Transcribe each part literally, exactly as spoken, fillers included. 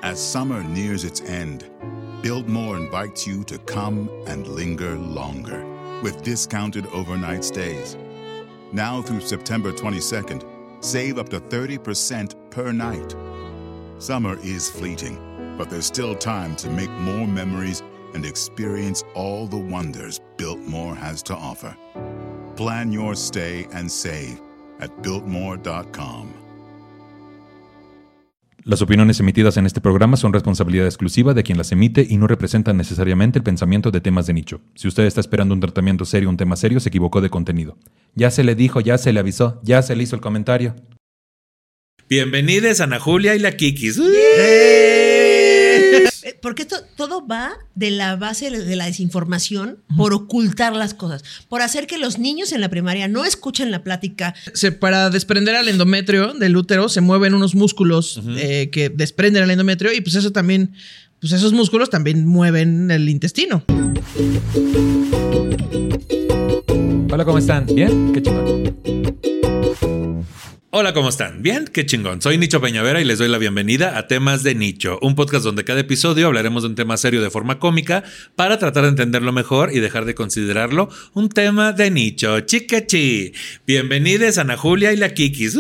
As summer nears its end, Biltmore invites you to come and linger longer with discounted overnight stays. Now through September twenty-second, save up to thirty percent per night. Summer is fleeting, but there's still time to make more memories and experience all the wonders Biltmore has to offer. Plan your stay and save at Biltmore dot com. Las opiniones emitidas en este programa son responsabilidad exclusiva de quien las emite y no representan necesariamente el pensamiento de temas de nicho. Si usted está esperando un tratamiento serio o un tema serio, se equivocó de contenido. Ya se le dijo, ya se le avisó, ya se le hizo el comentario. Bienvenidos Ana Julia y la Kikis. Porque esto todo va de la base de la desinformación, por ocultar las cosas, por hacer que los niños en la primaria no escuchen la plática. Se, para desprender al endometrio del útero se mueven unos músculos uh-huh. eh, que desprenden al endometrio y pues eso también, pues esos músculos también mueven el intestino. Hola, ¿cómo están? ¿Bien? Qué chingón. Hola, ¿cómo están? ¿Bien? ¡Qué chingón! Soy Nicho Peñavera y les doy la bienvenida a Temas de Nicho, un podcast donde cada episodio hablaremos de un tema serio de forma cómica para tratar de entenderlo mejor y dejar de considerarlo un tema de nicho. ¡Chicachi! Bienvenidos a Ana Julia y la Kikis.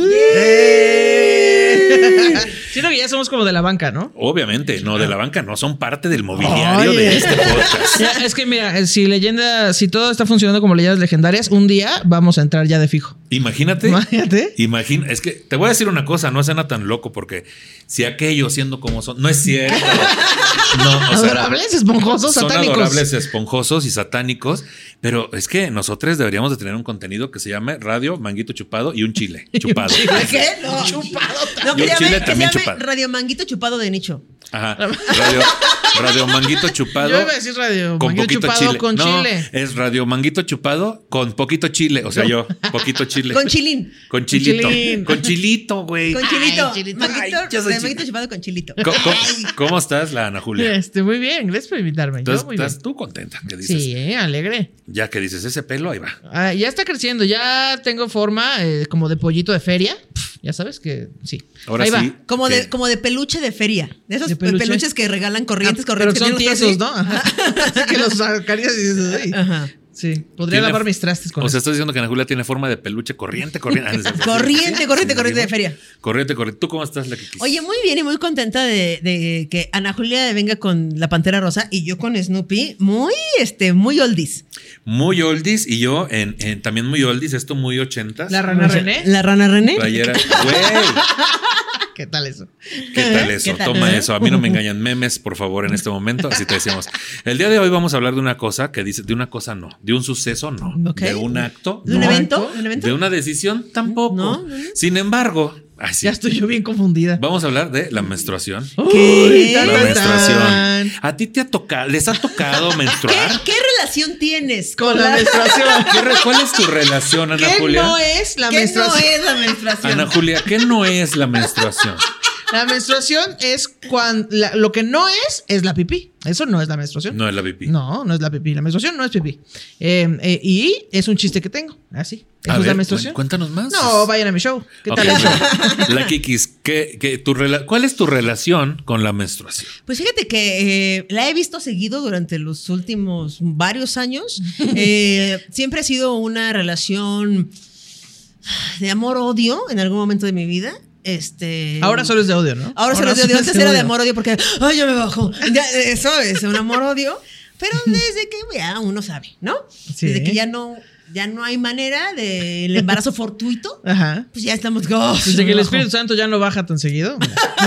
Siento que ya somos como de la banca, ¿no? Obviamente, no, de la banca no, son parte del mobiliario Oye. de este podcast. Ya, es que mira, si leyenda, si todo está funcionando como leyendas legendarias, un día vamos a entrar ya de fijo. Imagínate. Imagínate. Imagina, es que te voy a decir una cosa, no suena tan loco porque si aquellos siendo como son, no es cierto. No, o sea, adorables, esponjosos, son satánicos. Son adorables, esponjosos y satánicos, pero es que nosotros deberíamos de tener un contenido que se llame Radio Manguito Chupado y un chile chupado. ¿Chile qué? No. Chupado. No, que y un chile llame, también que llame chupado. Radio Manguito Chupado de Nicho. Ajá. Radio, Radio Manguito Chupado. Yo iba a decir Radio con Manguito poquito Chupado chile. con no, chile. Es Radio Manguito Chupado con poquito chile. O sea, no. yo, poquito chile. Con chilín. Con chilito. Con chilín. Con chilito, güey. Con chilito. Ay, chilito. Manguito, Ay, yo soy de chil... Manguito Chupado con chilito. ¿Cómo, cómo, ¿Cómo estás, la Ana Julia? Este, muy bien, gracias por invitarme. Entonces, Yo muy ¿estás bien. tú contenta? ¿Qué dices? Sí, eh, alegre. Ya que dices ese pelo, ahí va. Ah, ya está creciendo, ya tengo forma eh, como de pollito de feria. Pff, ya sabes que sí. Ahora ahí sí. va. Como ¿Qué? de, como de peluche de feria. De esos ¿De peluche? peluches que regalan corrientes, Ah, corrientes. pero son que tienen tiesos, así. ¿no? Ajá. Así que los sacarías y dices, ay. Ajá. Sí, podría Tiene- lavar mis trastes con O sea, eso. estás diciendo que Ana Julia tiene forma de peluche corriente, corriente. Ah, Corriente, ¿sí? corriente, ¿Sí? corriente de feria. Corriente, corriente. ¿Tú cómo estás, la Kikis? Oye, muy bien y muy contenta de, de que Ana Julia venga con la Pantera Rosa y yo con Snoopy. Muy, este, muy oldies. Muy oldies y yo en, en también muy oldies, esto muy ochentas. La rana René. La rana René. Playera. Güey, ¿Qué tal eso? ¿qué tal eso? ¿Qué tal? Toma eso. A mí no me engañan memes, por favor, en este momento. Así te decimos. El día de hoy vamos a hablar de una cosa que dice, de una cosa no, de un suceso no, Ok. de un acto ¿De un no, evento? ¿De un evento? de una decisión tampoco. No, no, no. Sin embargo, así. Ya estoy yo bien confundida. Vamos a hablar de la menstruación. ¿Qué? Tan, La tan, menstruación. tan. ¿A ti te ha tocado, les ha tocado ¿Qué, menstruar? qué relación tienes Con la menstruación. ¿Qué re- ¿Cuál es tu relación, Ana ¿Qué Julia? no es la ¿Qué menstruación? no es la menstruación? Ana Julia, ¿qué no es la menstruación? La menstruación es cuando la- lo que no es es la pipí. Eso no es la menstruación. No es la pipí. No, no es la pipí. La menstruación no es pipí. Eh, eh, y es un chiste que tengo. Así. Eso A es ver, la menstruación. cu- cuéntanos más. No, vayan a mi show. ¿Qué Ok, tal eso? bueno. La Kikis, ¿qué, qué, tu rela- ¿cuál es tu relación con la menstruación? Pues fíjate que eh, la he visto seguido durante los últimos varios años. Eh, siempre ha sido una relación de amor-odio en algún momento de mi vida. Este, Ahora solo es de odio, ¿no? Ahora solo es de odio. Antes era de amor-odio porque, ay, ya me bajó. Ya, eso es un amor-odio. Pero desde que ya uno sabe, ¿no? Sí. Desde que ya no, ya no hay manera del embarazo fortuito, Ajá. pues ya estamos. Oh, Desde que el me Espíritu bajó. Santo ya no baja tan seguido.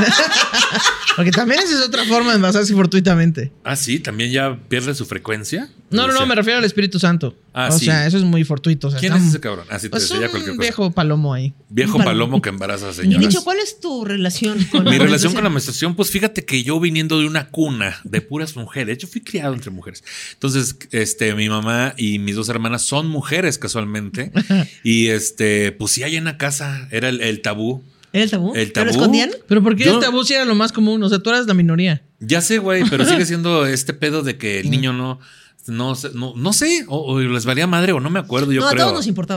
Porque también esa es otra forma de envasarse fortuitamente. Ah, sí, también ya pierde su frecuencia. No, no, no, me refiero al Espíritu Santo. Ah, o sí. sea, eso es muy fortuito. O sea, ¿Quién está- es ese cabrón? Ah, sí, te Pues decía cualquier un cosa. viejo palomo ahí. Viejo Un palomo palomo. que embaraza a Y señoras. Nicho, ¿cuál es tu relación con Mi la relación con la menstruación? menstruación, pues fíjate que yo viniendo de una cuna de puras mujeres, yo fui criado entre mujeres. Entonces, este, mi mamá y mis dos hermanas son mujeres casualmente. Y este, pues sí, allá en la casa era el, el tabú. ¿Era el tabú? El ¿Te lo tabú. escondían? Pero ¿por qué Yo- el tabú sí era lo más común? O sea, tú eras la minoría. Ya sé, güey, pero sigue siendo este pedo de que el niño no, no, sé- no, no sé, o, o les valía madre o no me acuerdo, yo no, a creo. todos nos importaba.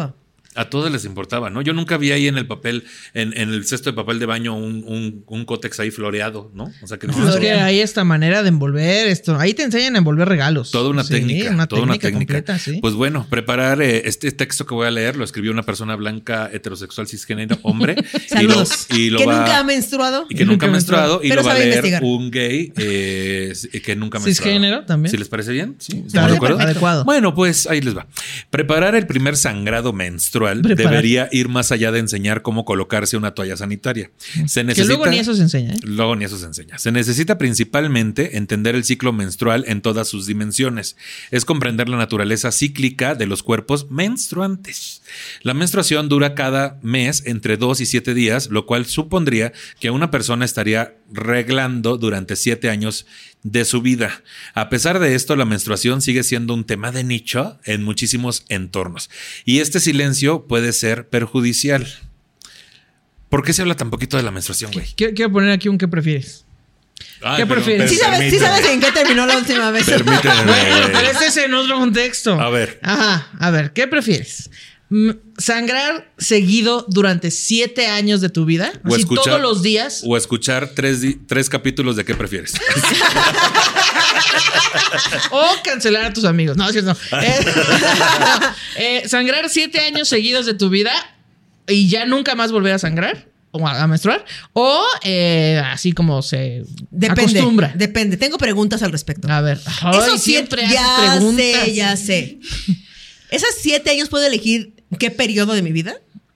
A todos les importaba, ¿no? Yo nunca vi ahí en el papel, en, en el cesto de papel de baño, un, un, un cótex ahí floreado, ¿no? O sea que no. Es que hay esta manera de envolver esto. Ahí te enseñan a envolver regalos. Toda una Sí, técnica, una toda técnica una técnica. completa, sí. Pues bueno, preparar eh, este texto que voy a leer lo escribió una persona blanca, heterosexual, cisgénero, hombre. Saludos. Y lo, y lo que va, nunca ha menstruado. Y que nunca ha Nunca menstruado. Y Pero lo va a sabe leer investigar. un gay eh, que nunca ha menstruado. Cisgénero también. ¿Sí les parece bien? Sí. Sí, ¿Estamos de acuerdo? perfecto. Adecuado. Bueno, pues ahí les va. Preparar el primer sangrado menstrual Preparar. debería ir más allá de enseñar cómo colocarse una toalla sanitaria. Se necesita, Que luego ni eso se enseña, ¿eh? Luego ni eso se enseña. Se necesita principalmente entender el ciclo menstrual en todas sus dimensiones. Es comprender la naturaleza cíclica de los cuerpos menstruantes. La menstruación dura cada mes entre dos y siete días, lo cual supondría que una persona estaría reglando durante siete años de su vida. A pesar de esto, la menstruación sigue siendo un tema de nicho en muchísimos entornos. Y este silencio puede ser perjudicial. ¿Por qué se habla tan poquito de la menstruación, güey? Quiero, quiero poner aquí un ¿qué prefieres? Ay, ¿Qué pero- prefieres? Sí pero sabes, sí permíteme. sabes en qué terminó la última vez. Permíteme, Bueno, güey. pero este es en otro contexto. A ver. Ajá, a ver, ¿qué prefieres? Mm, ¿Sangrar seguido durante siete años de tu vida? O Así escuchar- todos los días. O escuchar tres, di- tres capítulos de ¿Qué prefieres? O cancelar a tus amigos. No, es cierto. Eh, eh, ¿Sangrar siete años seguidos de tu vida y ya nunca más volver a sangrar? ¿O a, a menstruar? ¿O eh, así como se Depende. acostumbra? Depende. Tengo preguntas al respecto. A ver. Ay, Esos siempre siete, haces ya preguntas. sé, ya sé. ¿Esos siete años puedo elegir qué periodo de mi vida?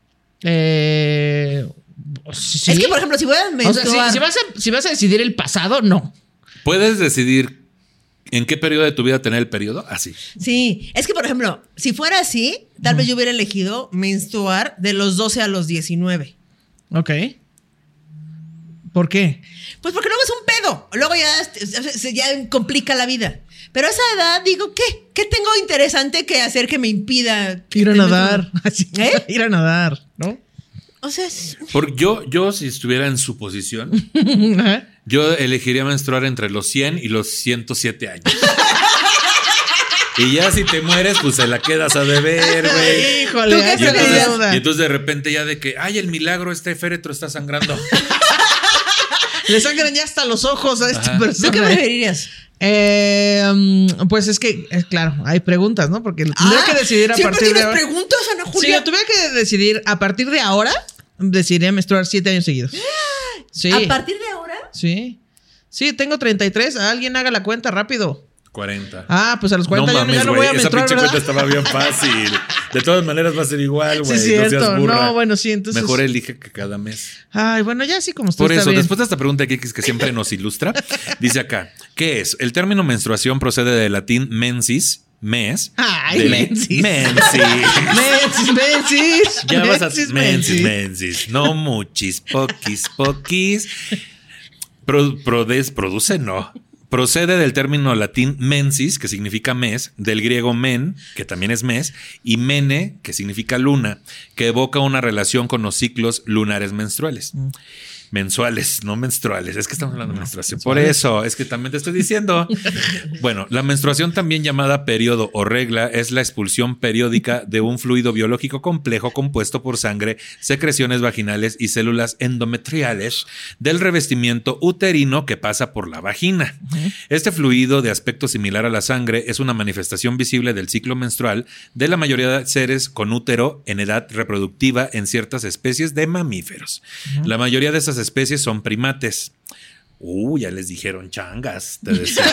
Eh, ¿sí? Es que, por ejemplo, si voy a O sea, menstruar... si, si vas a, si vas a decidir el pasado, no. ¿Puedes decidir en qué periodo de tu vida tener el periodo? Así. Sí, es que, por ejemplo, si fuera así, tal vez yo hubiera elegido menstruar de los doce a los diecinueve. Ok. ¿Por qué? Pues porque luego es un pedo. Luego ya, se ya complica la vida. Pero a esa edad digo, ¿qué? ¿Qué tengo interesante que hacer que me impida Ir a tener- nadar. Así, ¿Eh? Ir a nadar, ¿no? O sea, es- Porque yo, yo, si estuviera en su posición, Ajá. yo elegiría menstruar entre los cien y los ciento siete años. Y ya si te mueres, pues se la quedas a deber, güey. Híjole, ¿Tú qué esa Y es la entonces, deuda. y entonces de repente ya de que, ay, el milagro, este féretro está sangrando. Le sangran ya hasta los ojos a esta Ajá. persona. ¿tú qué preferirías? Eh, um, pues es que, es claro, hay preguntas, ¿no? Porque lo tendría Ah, que decidir a siempre partir de tienes ahora. preguntas, Ana Si Julia. lo tuviera que decidir a partir de ahora, decidiría menstruar siete años seguidos. Sí. ¿A partir de ahora? Sí. Sí, tengo treinta y tres. Alguien haga la cuenta rápido. cuarenta. Ah, pues a los cuarenta no ya, mames, ya no güey, voy a esa menstruar, pinche ¿verdad? cuenta estaba bien fácil. De todas maneras va a ser igual, Sí, güey. es no seas cierto. burra. No, bueno, sí, entonces. Mejor elige que cada mes. Ay, bueno, ya sí como estoy. Por está eso, bien. después de esta pregunta Kikis que siempre nos ilustra, dice acá, ¿qué es? El término menstruación procede del latín mensis, mes. Ay, del- mensis. Mensis. Mensis, mensis. Ya vas a Mensis, mensis, mensis. No muchis, poquis, poquis. Pro- prodes- produce, no. Procede del término latín mensis, que significa mes, del griego men, que también es mes, y mene, que significa luna, que evoca una relación con los ciclos lunares menstruales. Mensuales, no menstruales. Es que estamos hablando de menstruación. Por eso, es que también te estoy diciendo. Bueno, la menstruación, también llamada periodo o regla, es la expulsión periódica de un fluido biológico complejo compuesto por sangre, secreciones vaginales y células endometriales del revestimiento uterino que pasa por la vagina. Este fluido, de aspecto similar a la sangre, es una manifestación visible del ciclo menstrual de la mayoría de seres con útero en edad reproductiva en ciertas especies de mamíferos. La mayoría de esas especies son primates. Uh, ya les dijeron changas, te decía.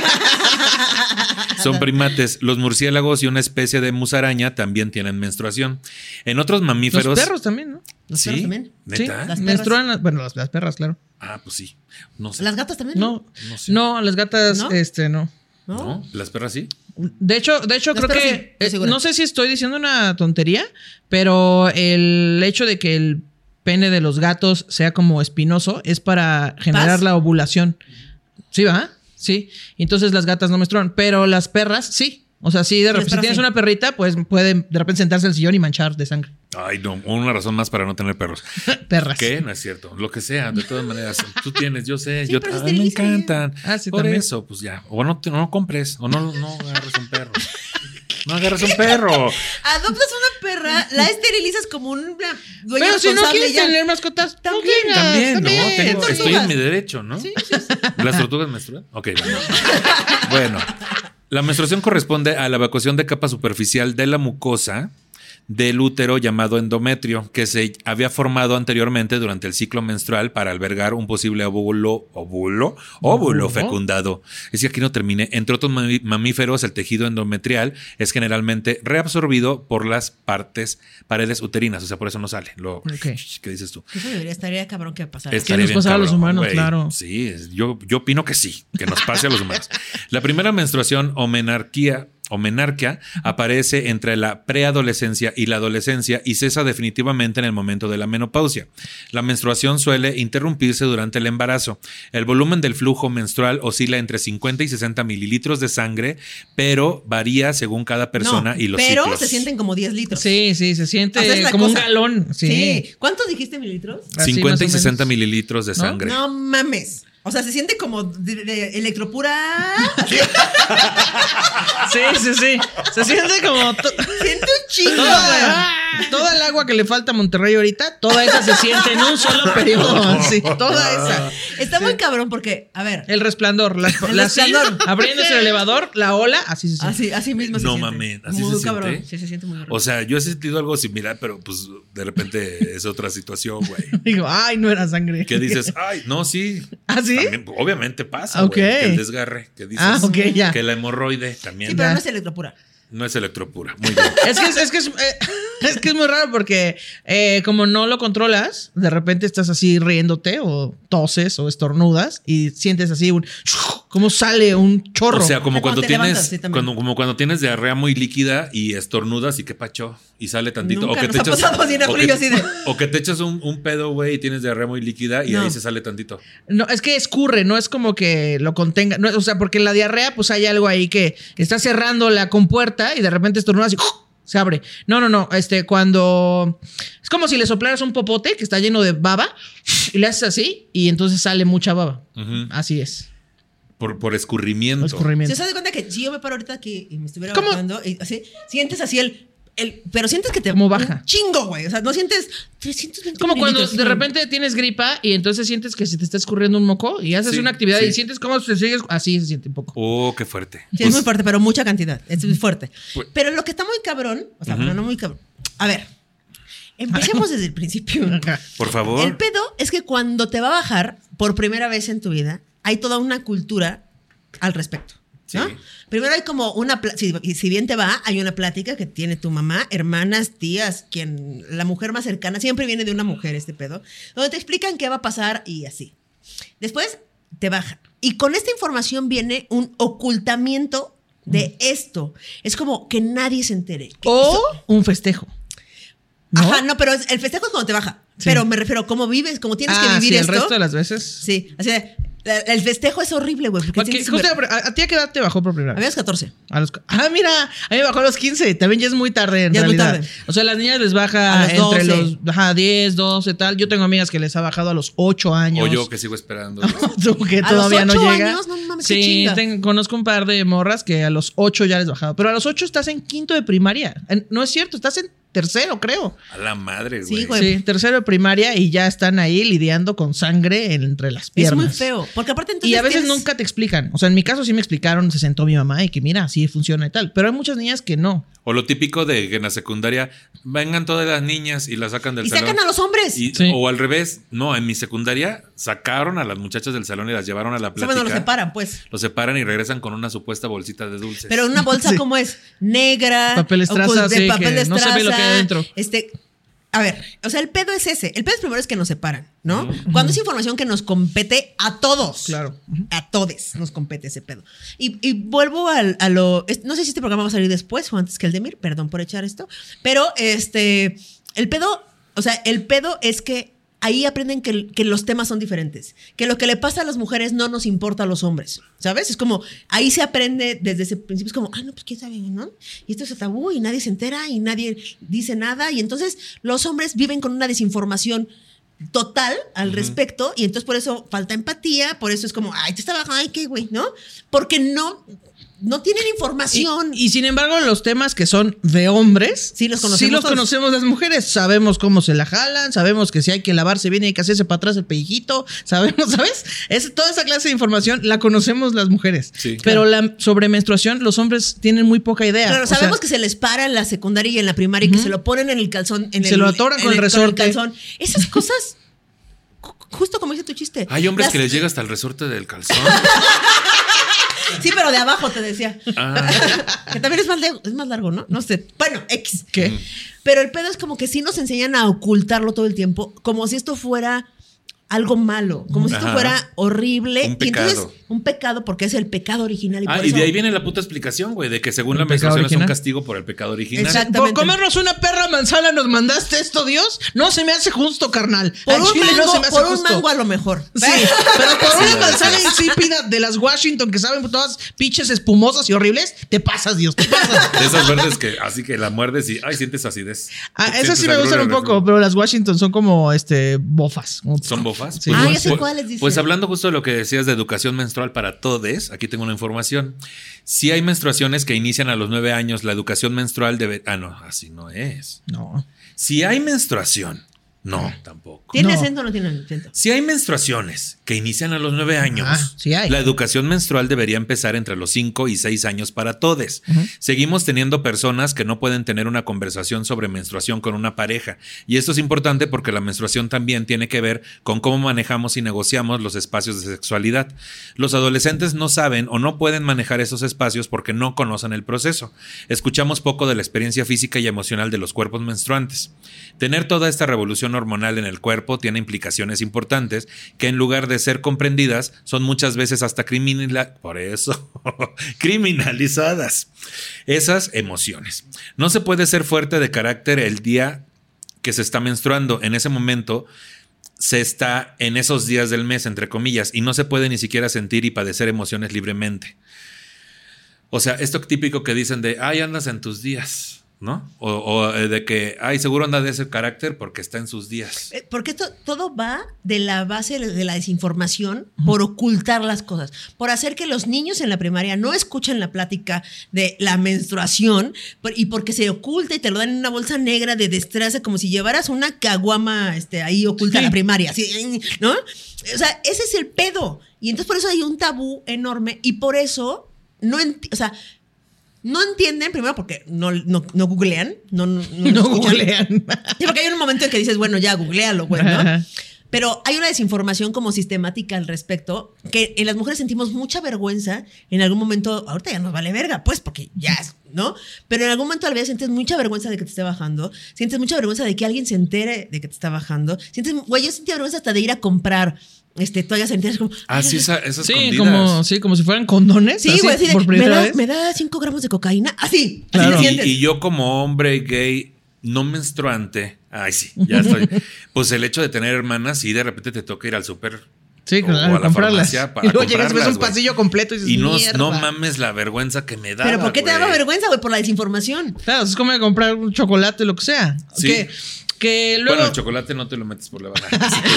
Son primates. Los murciélagos y una especie de musaraña también tienen menstruación. En otros mamíferos. Los perros también, ¿no? Los Sí, perros también. Sí, ¿neta? Las menstruan, las- bueno, las, las perras, claro. Ah, pues sí. No sé. ¿Las gatas también? No, No sé. no, las gatas, ¿No? este, no. ¿No? ¿No? ¿Las perras sí? De hecho, de hecho, Las creo perras sí, que estoy eh, segura. no sé si estoy diciendo una tontería, pero el hecho de que el pene de los gatos sea como espinoso es para generar ¿Paz? la ovulación. ¿Sí va? Sí. Entonces las gatas no menstruan, pero las perras sí. O sea, sí, de Las repente, si perras tienes sí. una perrita, pues pueden de repente sentarse en el sillón y manchar de sangre. Ay, no. Una razón más para no tener perros. Perras. ¿Qué? No es cierto. Lo que sea, de todas maneras. Tú tienes, yo sé. Sí, yo pero se ay, me esteriliza ya. encantan. Ah, sí, Por también. eso, pues ya. O no, te- no compres. O no, no agarres un perro. No agarres un perro. Adoptas una perra, la esterilizas como un dueño Pero si no responsable quieres ya. tener mascotas, no También, tengas, También, ¿no? también. Tengo- tortugas. estoy en mi derecho, ¿no? Sí, sí, sí. ¿Las tortugas menstruan? Ok, bueno. Bueno, la menstruación corresponde a la evacuación de capa superficial de la mucosa del útero llamado endometrio, que se había formado anteriormente durante el ciclo menstrual para albergar un posible óvulo, óvulo, óvulo fecundado. Es que aquí no termine. Entre otros mami- mamíferos, el tejido endometrial es generalmente reabsorbido por las partes, paredes uterinas, o sea, por eso no sale. Lo, Ok. ¿Qué dices tú? Eso debería estaría cabrón que pasara. Estaría nos bien pasara a los cabrón, humanos, güey. claro. Sí, es- yo, yo opino que sí, que nos pase a los humanos. La primera menstruación o menarquía o menarquia aparece entre la preadolescencia y la adolescencia y cesa definitivamente en el momento de la menopausia. La menstruación suele interrumpirse durante el embarazo. El volumen del flujo menstrual oscila entre cincuenta y sesenta mililitros de sangre, pero varía según cada persona No, y los pero ciclos. se sienten como diez litros. Sí, sí, se siente O sea, es la como un cosa. galón. Sí. Sí. ¿Cuántos dijiste mililitros? Así cincuenta y más o sesenta menos. mililitros de ¿No? sangre. No mames. O sea, se siente como de, de electropura. Sí, sí, sí. Se siente como to- Siente un chingo, toda, güey. toda el agua que le falta a Monterrey ahorita, toda esa se siente en un solo periodo. Sí, toda esa. Está muy cabrón porque, a ver, El resplandor, la, El la resplandor. silla, abriéndose el elevador, la ola, así se siente. así, así mismo se No siente. mames, ¿así muy se cabrón. siente? Sí, se siente muy cabrón. O sea, yo he sentido algo similar, pero pues de repente es otra situación, güey. Digo, ay, no era sangre. ¿Qué dices? Ay, no, sí. ¿Ah, sí? También, obviamente pasa, Ok. güey. Que el desgarre, que dices. Ah, ok, ya. Que la hemorroide también. sí, pero ya. no es electropura. No es electropura. Muy bien. Es que es, es que es, eh, es que es muy raro porque eh, como no lo controlas, de repente estás así riéndote o toses o estornudas y sientes así un como sale un chorro. O sea, como Ah, cuando cuando te tienes, levantas, sí, también. cuando, como cuando tienes diarrea muy líquida y estornudas y qué pacho y sale tantito. Nunca o que nos te ha echas, pasado así en o Aprillo, que, así de- o que te echas un, un pedo, güey, y tienes diarrea muy líquida y No. ahí se sale tantito. No, es que escurre, no es como que lo contenga. No, o sea, porque en la diarrea, pues hay algo ahí que está cerrando la compuerta y de repente estornudas y se abre. No, no, no. Este, cuando. Es como si le soplaras un popote que está lleno de baba y le haces así y entonces sale mucha baba. Ujú. Así es. Por, por escurrimiento. Escurrimiento. ¿Se das cuenta que si yo me paro ahorita aquí y me estuviera ¿Cómo? bajando y así, sientes así el, el pero sientes que te Como baja. un chingo, güey. O sea, no sientes trescientos veinte Como cuando mililitros, de no. repente tienes gripa y entonces sientes que se te está escurriendo un moco y haces Sí, una actividad sí. y sientes cómo se sigue. Así se siente un poco. Oh, qué fuerte. Sí, Pues, es muy fuerte, pero mucha cantidad. Es muy fuerte. Pues- Pero lo que está muy cabrón, o sea, bueno, no muy cabrón. A ver, empecemos desde el principio. por favor. El pedo es que cuando te va a bajar por primera vez en tu vida, hay toda una cultura al respecto. ¿no? Sí. Primero hay como una, pla- si, si bien te va, hay una plática que tiene tu mamá, hermanas, tías, quien, la mujer más cercana, siempre viene de una mujer este pedo, donde te explican qué va a pasar y así. Después te baja. Y con esta información viene un ocultamiento de esto. Es como que nadie se entere. Que O eso- un festejo. ¿no? Ajá, no, pero es- el festejo es cuando te baja. Sí. Pero me refiero, ¿cómo vives? ¿Cómo tienes que Ah, vivir sí, esto? el resto de las veces. Sí, así de, la- el festejo es horrible, güey. Porque Ok, sientes justo súper- ¿A, a ti a qué edad te bajó por primera A vez? mí a los catorce. A los, ah, mira, a mí me bajó a los quince. También ya es muy tarde en Ya es muy realidad. tarde. O sea, a las niñas les baja A los entre doce. los ajá, diez, doce, tal. Yo tengo amigas que les ha bajado a los ocho años. O yo que sigo esperando. Tú que ¿A todavía los no ocho llega. años? No mames, qué sí, chinga. ten- conozco un par de morras que a los ocho ya les bajado. Pero a los ocho estás en quinto de primaria. En- no es cierto, estás en tercero, creo. A la madre, Sí, güey. güey. Sí, tercero de primaria y ya están ahí lidiando con sangre entre las Es piernas. muy feo. Porque aparte entonces Y a veces tienes- nunca te explican. O sea, en mi caso sí me explicaron, se sentó mi mamá y que mira, así funciona y tal. Pero hay muchas niñas que no. O lo típico de que en la secundaria vengan todas las niñas y las sacan del Y salón. sacan a los hombres. Y- Sí. O al revés, no, en mi secundaria sacaron a las muchachas del salón y las llevaron a la O sea, plática. bueno, los separan, pues. Los separan y regresan con una supuesta bolsita de dulces. Pero una bolsa Sí. como es negra, Papel estraza, ocult- de sí, papel que de no se ve lo que hay estraza, adentro. Este, a ver, o sea, el pedo es ese. El pedo es primero es que nos separan, ¿no? Cuando es información que nos compete a todos. Claro. A todos nos compete ese pedo. Y, y vuelvo al- a lo. es- No sé si este programa va a salir después o antes que el de Mir, perdón por echar esto. Pero este. El pedo. O sea, el pedo es que ahí aprenden que, que los temas son diferentes. Que lo que le pasa a las mujeres no nos importa a los hombres. ¿Sabes? Es como. Ahí se aprende desde ese principio. Es como, ah, no, pues quién sabe, ¿no? Y esto es tabú y nadie se entera y nadie dice nada. Y entonces los hombres viven con una desinformación total al respecto y entonces por eso falta empatía, por eso es como, ay, te está bajando, ay, qué güey, ¿no? Porque no, no tienen información. Y, y sin embargo, los temas que son de hombres, sí los conocemos, sí los todos. conocemos las mujeres. Sabemos cómo se la jalan, sabemos que si hay que lavarse bien hay que hacerse para atrás el pellejito, sabemos, ¿sabes? Es, toda esa clase de información la conocemos las mujeres. Sí, pero claro. la sobre menstruación, los hombres tienen muy poca idea. Claro, O sabemos sea, que se les para en la secundaria y en la primaria uh-huh. y que se lo ponen en el calzón. En se el, lo atoran en con el, el resorte. Con el calzón. Esas cosas, justo como dice tu chiste. Hay hombres las... que les llega hasta el resorte del calzón. Sí, pero de abajo te decía. Ah. Que también es más, de, es más largo, ¿no? No sé. Bueno, X. ¿Qué? Mm. Pero el pedo es como que sí nos enseñan a ocultarlo todo el tiempo, como si esto fuera algo malo, como si esto Ajá. fuera horrible. Un pecado. Y entonces, un pecado porque es el pecado original. Y, Ah, por y eso... de ahí viene la puta explicación, güey, de que según la ¿El pecado menstruación es un original? castigo por el pecado original. Exacto. Por comernos una perra manzana nos mandaste esto, Dios. No se me hace justo, carnal. Por, Al un chile mango, no se me hace por un justo. mango a lo mejor. Sí, pero por Sí, una la manzana verdad. insípida de las Washington que saben todas pinches espumosas y horribles, te pasas, Dios, te pasas. De esas verdes que así que la muerdes y ay, sientes acidez. Ah, Sientes esas sí me agrura gustan un y poco, reflujo. pero las Washington son como este bofas. ¿Son bofas? Sí. Ah, bueno, ya sé pues, cuáles dices. Pues hablando justo de lo que decías de educación menstrual para todes, aquí tengo una información. Si hay menstruaciones que inician a los nueve años, la educación menstrual debe... Ah, no, así no es. No. Si hay menstruación, no, tampoco. ¿Tiene No. acento o no tiene acento? Si hay menstruaciones que inician a los nueve años, Ah, sí hay. la educación menstrual debería empezar entre los cinco y seis años para todes. Ujú. Seguimos teniendo personas que no pueden tener una conversación sobre menstruación con una pareja. Y esto es importante porque la menstruación también tiene que ver con cómo manejamos y negociamos los espacios de sexualidad. Los adolescentes no saben o no pueden manejar esos espacios porque no conocen el proceso. Escuchamos poco de la experiencia física y emocional de los cuerpos menstruantes. Tener toda esta revolución hormonal en el cuerpo tiene implicaciones importantes que en lugar de ser comprendidas son muchas veces hasta criminal, por eso criminalizadas esas emociones. No se puede ser fuerte de carácter el día que se está menstruando. En ese momento se está en esos días del mes, entre comillas, y no se puede ni siquiera sentir y padecer emociones libremente. O sea, esto típico que dicen de, ay, andas en tus días, ¿no? O, o de que, ay, seguro anda de ese carácter porque está en sus días. Eh, Porque esto todo va de la base de la desinformación por ocultar las cosas, por hacer que los niños en la primaria no escuchen la plática de la menstruación por- y porque se oculta y te lo dan en una bolsa negra de destraza como si llevaras una caguama este, ahí oculta en la primaria, así, ¿no? O sea, ese es el pedo. Y entonces por eso hay un tabú enorme y por eso no enti- o sea, no entienden, primero porque no, no, no googlean, no, no, no No escuchan. googlean. Sí, porque hay un momento en que dices, bueno, ya googlealo, güey, ¿no? Ajá. Pero hay una desinformación como sistemática al respecto, que en las mujeres sentimos mucha vergüenza en algún momento, ahorita ya nos vale verga, pues, porque ya, ¿no? Pero en algún momento tal vez sientes mucha vergüenza de que te esté bajando, sientes mucha vergüenza de que alguien se entere de que te está bajando, sientes, güey, yo sentía vergüenza hasta de ir a comprar este, toallas sanitarias como... Ah, sí, esa, esas Sí, escondidas. como, sí, como si fueran condones. Sí, así, güey, así de, por ¿me primera da, vez. ¿me da cinco gramos de cocaína? Así, Claro. así Y, te sientes. y yo como hombre gay no menstruante, ay sí, ya estoy. Pues el hecho de tener hermanas y de repente te toca ir al súper Sí, o claro, a la comprarlas. farmacia para Y luego llegas, ves comprarlas, un güey. pasillo completo y dices, Y no, mierda. no mames la vergüenza que me da. ¿Pero por qué te daba vergüenza, güey? Por la desinformación. Claro, es como comprar un chocolate, lo que sea. Sí. Que, que luego... Bueno, el chocolate no te lo metes por la banana.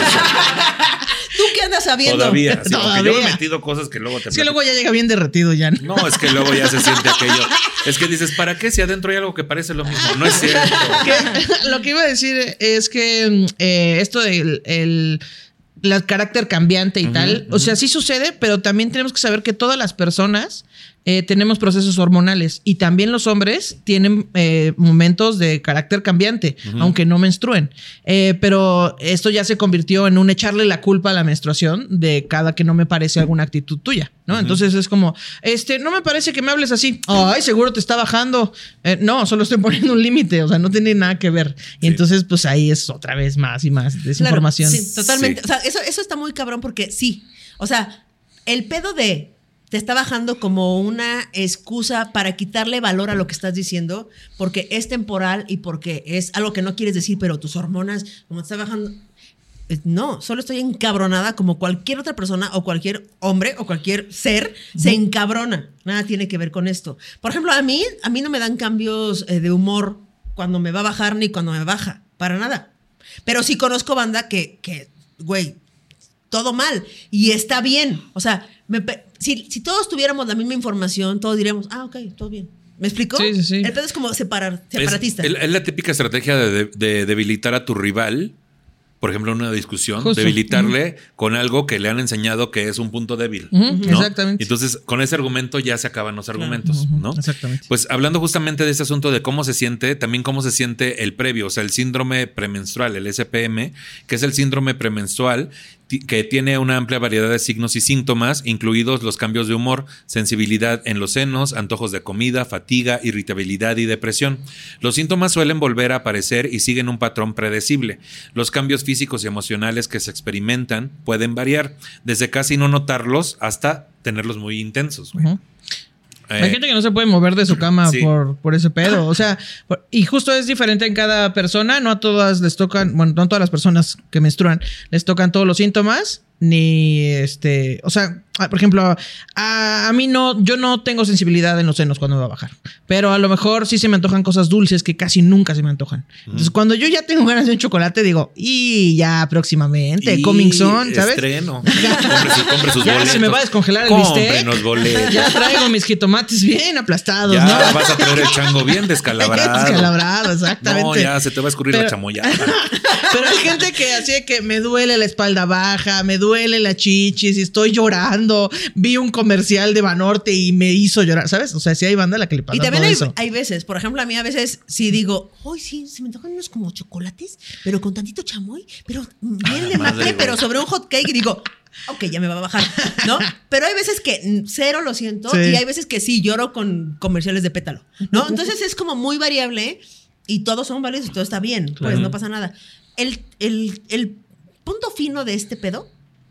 ¿Tú qué andas sabiendo? Todavía, sí, porque yo Todavía. he metido cosas que luego te es que luego ya llega bien derretido ya. ¿no? No, es que luego ya se siente aquello. Es que dices, ¿para qué si adentro hay algo que parece lo mismo? No es cierto. Que- lo que iba a decir es que eh, esto del el, el carácter cambiante y Ujú, tal, ujú. o sea, sí sucede, pero también tenemos que saber que todas las personas eh, tenemos procesos hormonales y también los hombres tienen eh, momentos de carácter cambiante, Ujú. aunque no menstruen. Eh, pero esto ya se convirtió en un echarle la culpa a la menstruación de cada que no me parece alguna actitud tuya, ¿no? Ujú. Entonces es como, este, no me parece que me hables así. Ay, seguro te está bajando. Eh, no, solo estoy poniendo un límite, o sea, no tiene nada que ver. Y Sí. entonces, pues ahí es otra vez más y más desinformación. Claro, sí, totalmente. Sí. O sea, eso, eso está muy cabrón porque sí. O sea, el pedo de te está bajando como una excusa para quitarle valor a lo que estás diciendo porque es temporal y porque es algo que no quieres decir, pero tus hormonas, como te está bajando. Eh, No, solo estoy encabronada como cualquier otra persona o cualquier hombre o cualquier ser se encabrona. Nada tiene que ver con esto. Por ejemplo, a mí, a mí no me dan cambios eh, de humor cuando me va a bajar ni cuando me baja. Para nada. Pero sí conozco banda que, que, güey, todo mal. Y está bien. O sea, me, si, si todos tuviéramos la misma información, todos diríamos, ah, ok, todo bien. ¿Me explico? Sí, sí, sí. El pedo es como separar, separatista. Es, es la típica estrategia de, de, de debilitar a tu rival. Por ejemplo, en una discusión, Justo. debilitarle uh-huh. con algo que le han enseñado que es un punto débil. Uh-huh. ¿no? Exactamente. Entonces, con ese argumento ya se acaban los argumentos, uh-huh. ¿no? Exactamente. Pues hablando justamente de este asunto de cómo se siente, también cómo se siente el previo, o sea, el síndrome premenstrual, el S P M, que es el síndrome premenstrual, que tiene una amplia variedad de signos y síntomas, incluidos los cambios de humor, sensibilidad en los senos, antojos de comida, fatiga, irritabilidad y depresión. Los síntomas suelen volver a aparecer y siguen un patrón predecible. Los cambios físicos y emocionales que se experimentan pueden variar, desde casi no notarlos hasta tenerlos muy intensos. Güey. Uh-huh. Eh, Hay gente que no se puede mover de su cama sí. por, por ese pedo. O sea, por, y justo es diferente en cada persona. No a todas les tocan, bueno, no a todas las personas que menstruan les tocan todos los síntomas. Ni este, o sea, por ejemplo, a, a mí no, yo no tengo sensibilidad en los senos cuando me va a bajar, pero a lo mejor sí se me antojan cosas dulces que casi nunca se me antojan. Entonces, mm. cuando yo ya tengo ganas de un chocolate, digo, y ya próximamente, y coming soon, ¿sabes? Estreno. Compre, su, compre sus ya boletos. se me va a descongelar el Cómprenos bistec. boletos. Ya traigo mis jitomates bien aplastados, ya ¿no? vas a traer el chango bien descalabrado. Descalabrado, exactamente. No, ya se te va a escurrir pero, la chamoyada. Pero hay gente que así de que me duele la espalda baja, me duele la chichis y estoy llorando. Vi un comercial de Banorte y me hizo llorar, ¿sabes? O sea, sí hay banda a la que le pasa y también todo hay, eso. hay veces, por ejemplo, a mí a veces sí digo, hoy sí, se me antojan unos como chocolates, pero con tantito chamoy, pero bien de maple, pero sobre un hot cake y digo, ok, ya me va a bajar, ¿no? Pero hay veces que cero lo siento sí. y hay veces que sí lloro con comerciales de pétalo, ¿no? Entonces es como muy variable y todos son válidos y todo está bien, pues claro. no pasa nada. El, el, el punto fino de este pedo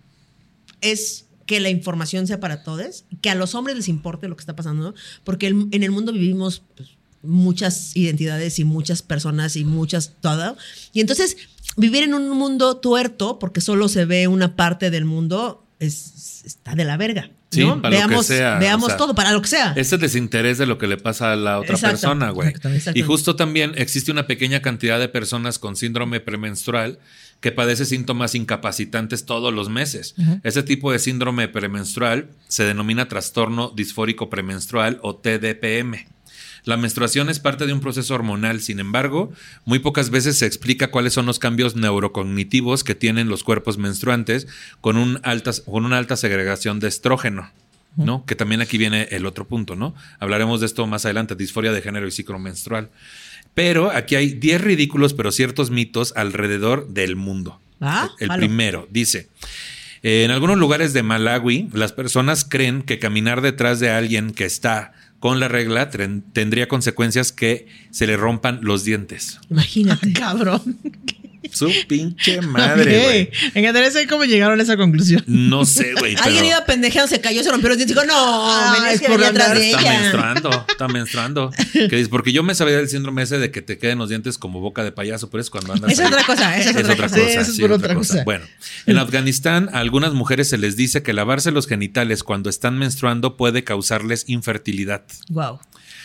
es que la información sea para todos, que a los hombres les importe lo que está pasando, ¿no? Porque el, en el mundo vivimos pues, muchas identidades y muchas personas y muchas todo. Y entonces vivir en un mundo tuerto, porque solo se ve una parte del mundo, es, está de la verga. Sí, ¿no? para veamos, lo que sea. Veamos o sea, todo, para lo que sea. Ese desinterés de lo que le pasa a la otra Exacto. persona, güey. Exacto. Y justo también existe una pequeña cantidad de personas con síndrome premenstrual que padece síntomas incapacitantes todos los meses. Uh-huh. Ese tipo de síndrome premenstrual se denomina trastorno disfórico premenstrual o T D P M. La menstruación es parte de un proceso hormonal, sin embargo, muy pocas veces se explica cuáles son los cambios neurocognitivos que tienen los cuerpos menstruantes con, un alta, con una alta segregación de estrógeno, ¿no? Que también aquí viene el otro punto, ¿no? Hablaremos de esto más adelante, disforia de género y ciclo menstrual. Pero aquí hay diez ridículos pero ciertos mitos alrededor del mundo. Ah, el malo. Primero, dice... En algunos lugares de Malawi, las personas creen que caminar detrás de alguien que está con la regla tren- tendría consecuencias que se le rompan los dientes. Imagínate. Cabrón. Su pinche madre, güey. Okay. Me encantaría saber cómo llegaron a esa conclusión. No sé, güey. Alguien pero... iba pendejeando, se cayó, se rompió los dientes y digo, no, Ah, venía es que por venía atrás andar- de Está ella. menstruando, está menstruando. Que dice, porque yo me sabía del síndrome ese de que te queden los dientes como boca de payaso, pero es cuando andas. Esa es ahí. otra cosa, esa es, Es otra, otra cosa. cosa. Sí, eso es sí, por otra otra cosa. cosa. Bueno, en Afganistán a algunas mujeres se les dice que lavarse los genitales cuando están menstruando puede causarles infertilidad. Wow.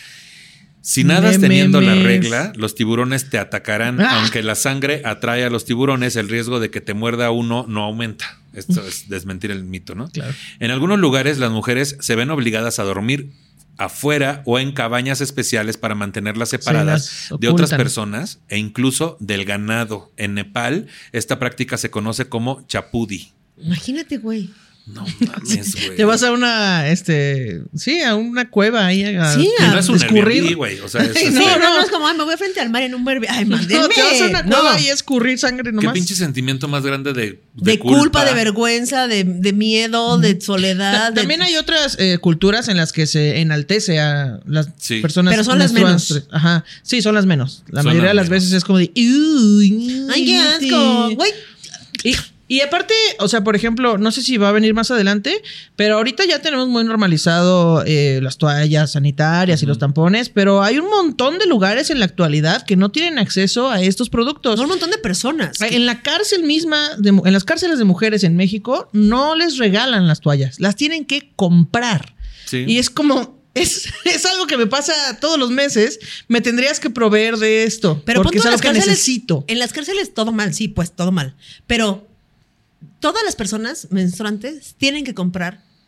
Si nadas Memes. teniendo la regla, los tiburones te atacarán. Ah. Aunque la sangre atrae a los tiburones, el riesgo de que te muerda uno no aumenta. Esto es desmentir el mito, ¿no? Claro. En algunos lugares las mujeres se ven obligadas a dormir afuera o en cabañas especiales para mantenerlas separadas Sí, las de otras ocultan. personas e incluso del ganado. En Nepal, esta práctica se conoce como chapudi. Imagínate, güey. No mames, güey. Te vas a una, este, sí, a una cueva ahí a Sí, Y no es un escurrir. Airbnb, güey. O sea, es, Sí, este- no, no, no es como, ay, me voy frente al mar en un Airbnb. Ay, mándenme. No, te vas a una No. cueva y a escurrir sangre ¿Qué nomás. pinche sentimiento más grande de, De culpa, de vergüenza, de, de miedo, de soledad. de- También hay otras eh, culturas en las que se enaltece a las Sí. personas. Pero son las menstruantes. menos. Ajá. Sí, son las menos. La Son mayoría de las las menos. veces es como de. "Uy, Ay, qué asco. Güey. Y, y aparte, o sea, por ejemplo, no sé si va a venir más adelante, pero ahorita ya tenemos muy normalizado eh, las toallas sanitarias y los tampones, pero hay un montón de lugares en la actualidad que no tienen acceso a estos productos. Son un montón de personas. En la cárcel misma, de, mu- en las cárceles de mujeres en México, no les regalan las toallas, las tienen que comprar. Sí. Y es como, es, es algo que me pasa todos los meses, me tendrías que proveer de esto, Pero porque pon es tú algo en que las cárceles- necesito. En las cárceles todo mal, sí, pues todo mal. Pero todas las personas menstruantes tienen que comprar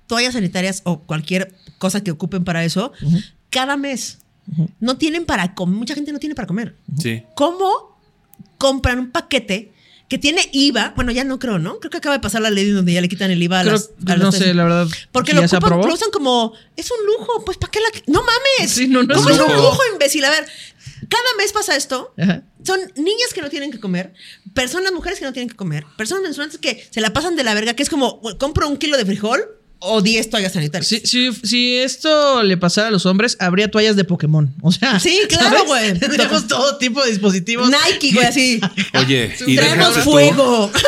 toallas sanitarias o cualquier cosa que ocupen para eso uh-huh. cada mes. Uh-huh. No tienen para comer. Mucha gente no tiene para comer. Sí. ¿Cómo compran un paquete que tiene I V A? Bueno, ya no creo, ¿no? Creo que acaba de pasar la ley donde ya le quitan el I V A a creo, las... A no las sé, la verdad. Porque lo, ocupan, lo usan como... Es un lujo. Pues, ¿para qué la...? ¡No mames! Sí, no, no ¿Cómo es es lujo. un lujo, imbécil? A ver, cada mes pasa esto. Ajá. Son niñas que no tienen que comer, personas, mujeres que no tienen que comer, personas menstruantes que se la pasan de la verga, que es como, compro un kilo de frijol o diez toallas sanitarias. Si, si, si esto le pasara a los hombres, habría toallas de Pokémon. O sea, sí, claro, güey. Tendríamos todo tipo de dispositivos. Nike, güey, así. Oye, y traemos déjate fuego. Tú,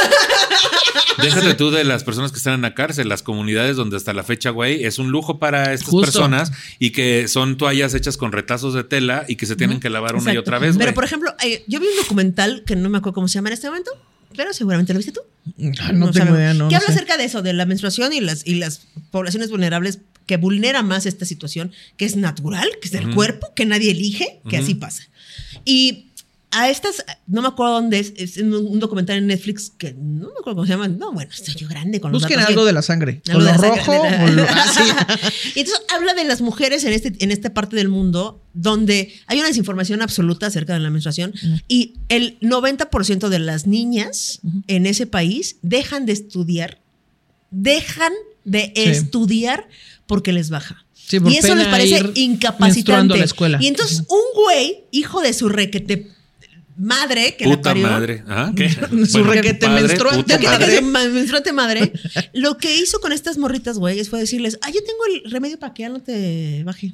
déjate tú de las personas que están en la cárcel, las comunidades donde hasta la fecha, güey, es un lujo para estas Justo. personas y que son toallas hechas con retazos de tela y que se tienen que lavar una Exacto. y otra vez, güey. Pero, por ejemplo, eh, yo vi un documental que no me acuerdo cómo se llama en este momento, pero seguramente lo viste tú. No, no, No tengo sabemos. idea, no. Que no habla sé. acerca de eso, de la menstruación y las, y las poblaciones vulnerables que vulnera más esta situación, que es natural, que es del uh-huh. cuerpo, que nadie elige, que uh-huh. así pasa. Y a estas, no me acuerdo dónde es, es un documental en Netflix que no me acuerdo cómo se llama. No, bueno, estoy yo grande con los Busquen datos, algo ¿sí? de la sangre. Algo O de lo la rojo sangre. o lo... Ah, sí. Y entonces habla de las mujeres en, este, en esta parte del mundo donde hay una desinformación absoluta acerca de la menstruación uh-huh. y el noventa por ciento de las niñas uh-huh. en ese país dejan de estudiar, dejan de sí. estudiar porque les baja. Sí, y eso les parece incapacitante. A la escuela. Y entonces uh-huh. un güey, hijo de su requete madre que puta la parió, madre. ¿Ah, ¿qué? Su Bueno, requete padre, menstruante puta madre. madre. menstruante madre, lo que hizo con estas morritas, güey, fue decirles, ah, yo tengo el remedio para que ya no te baje.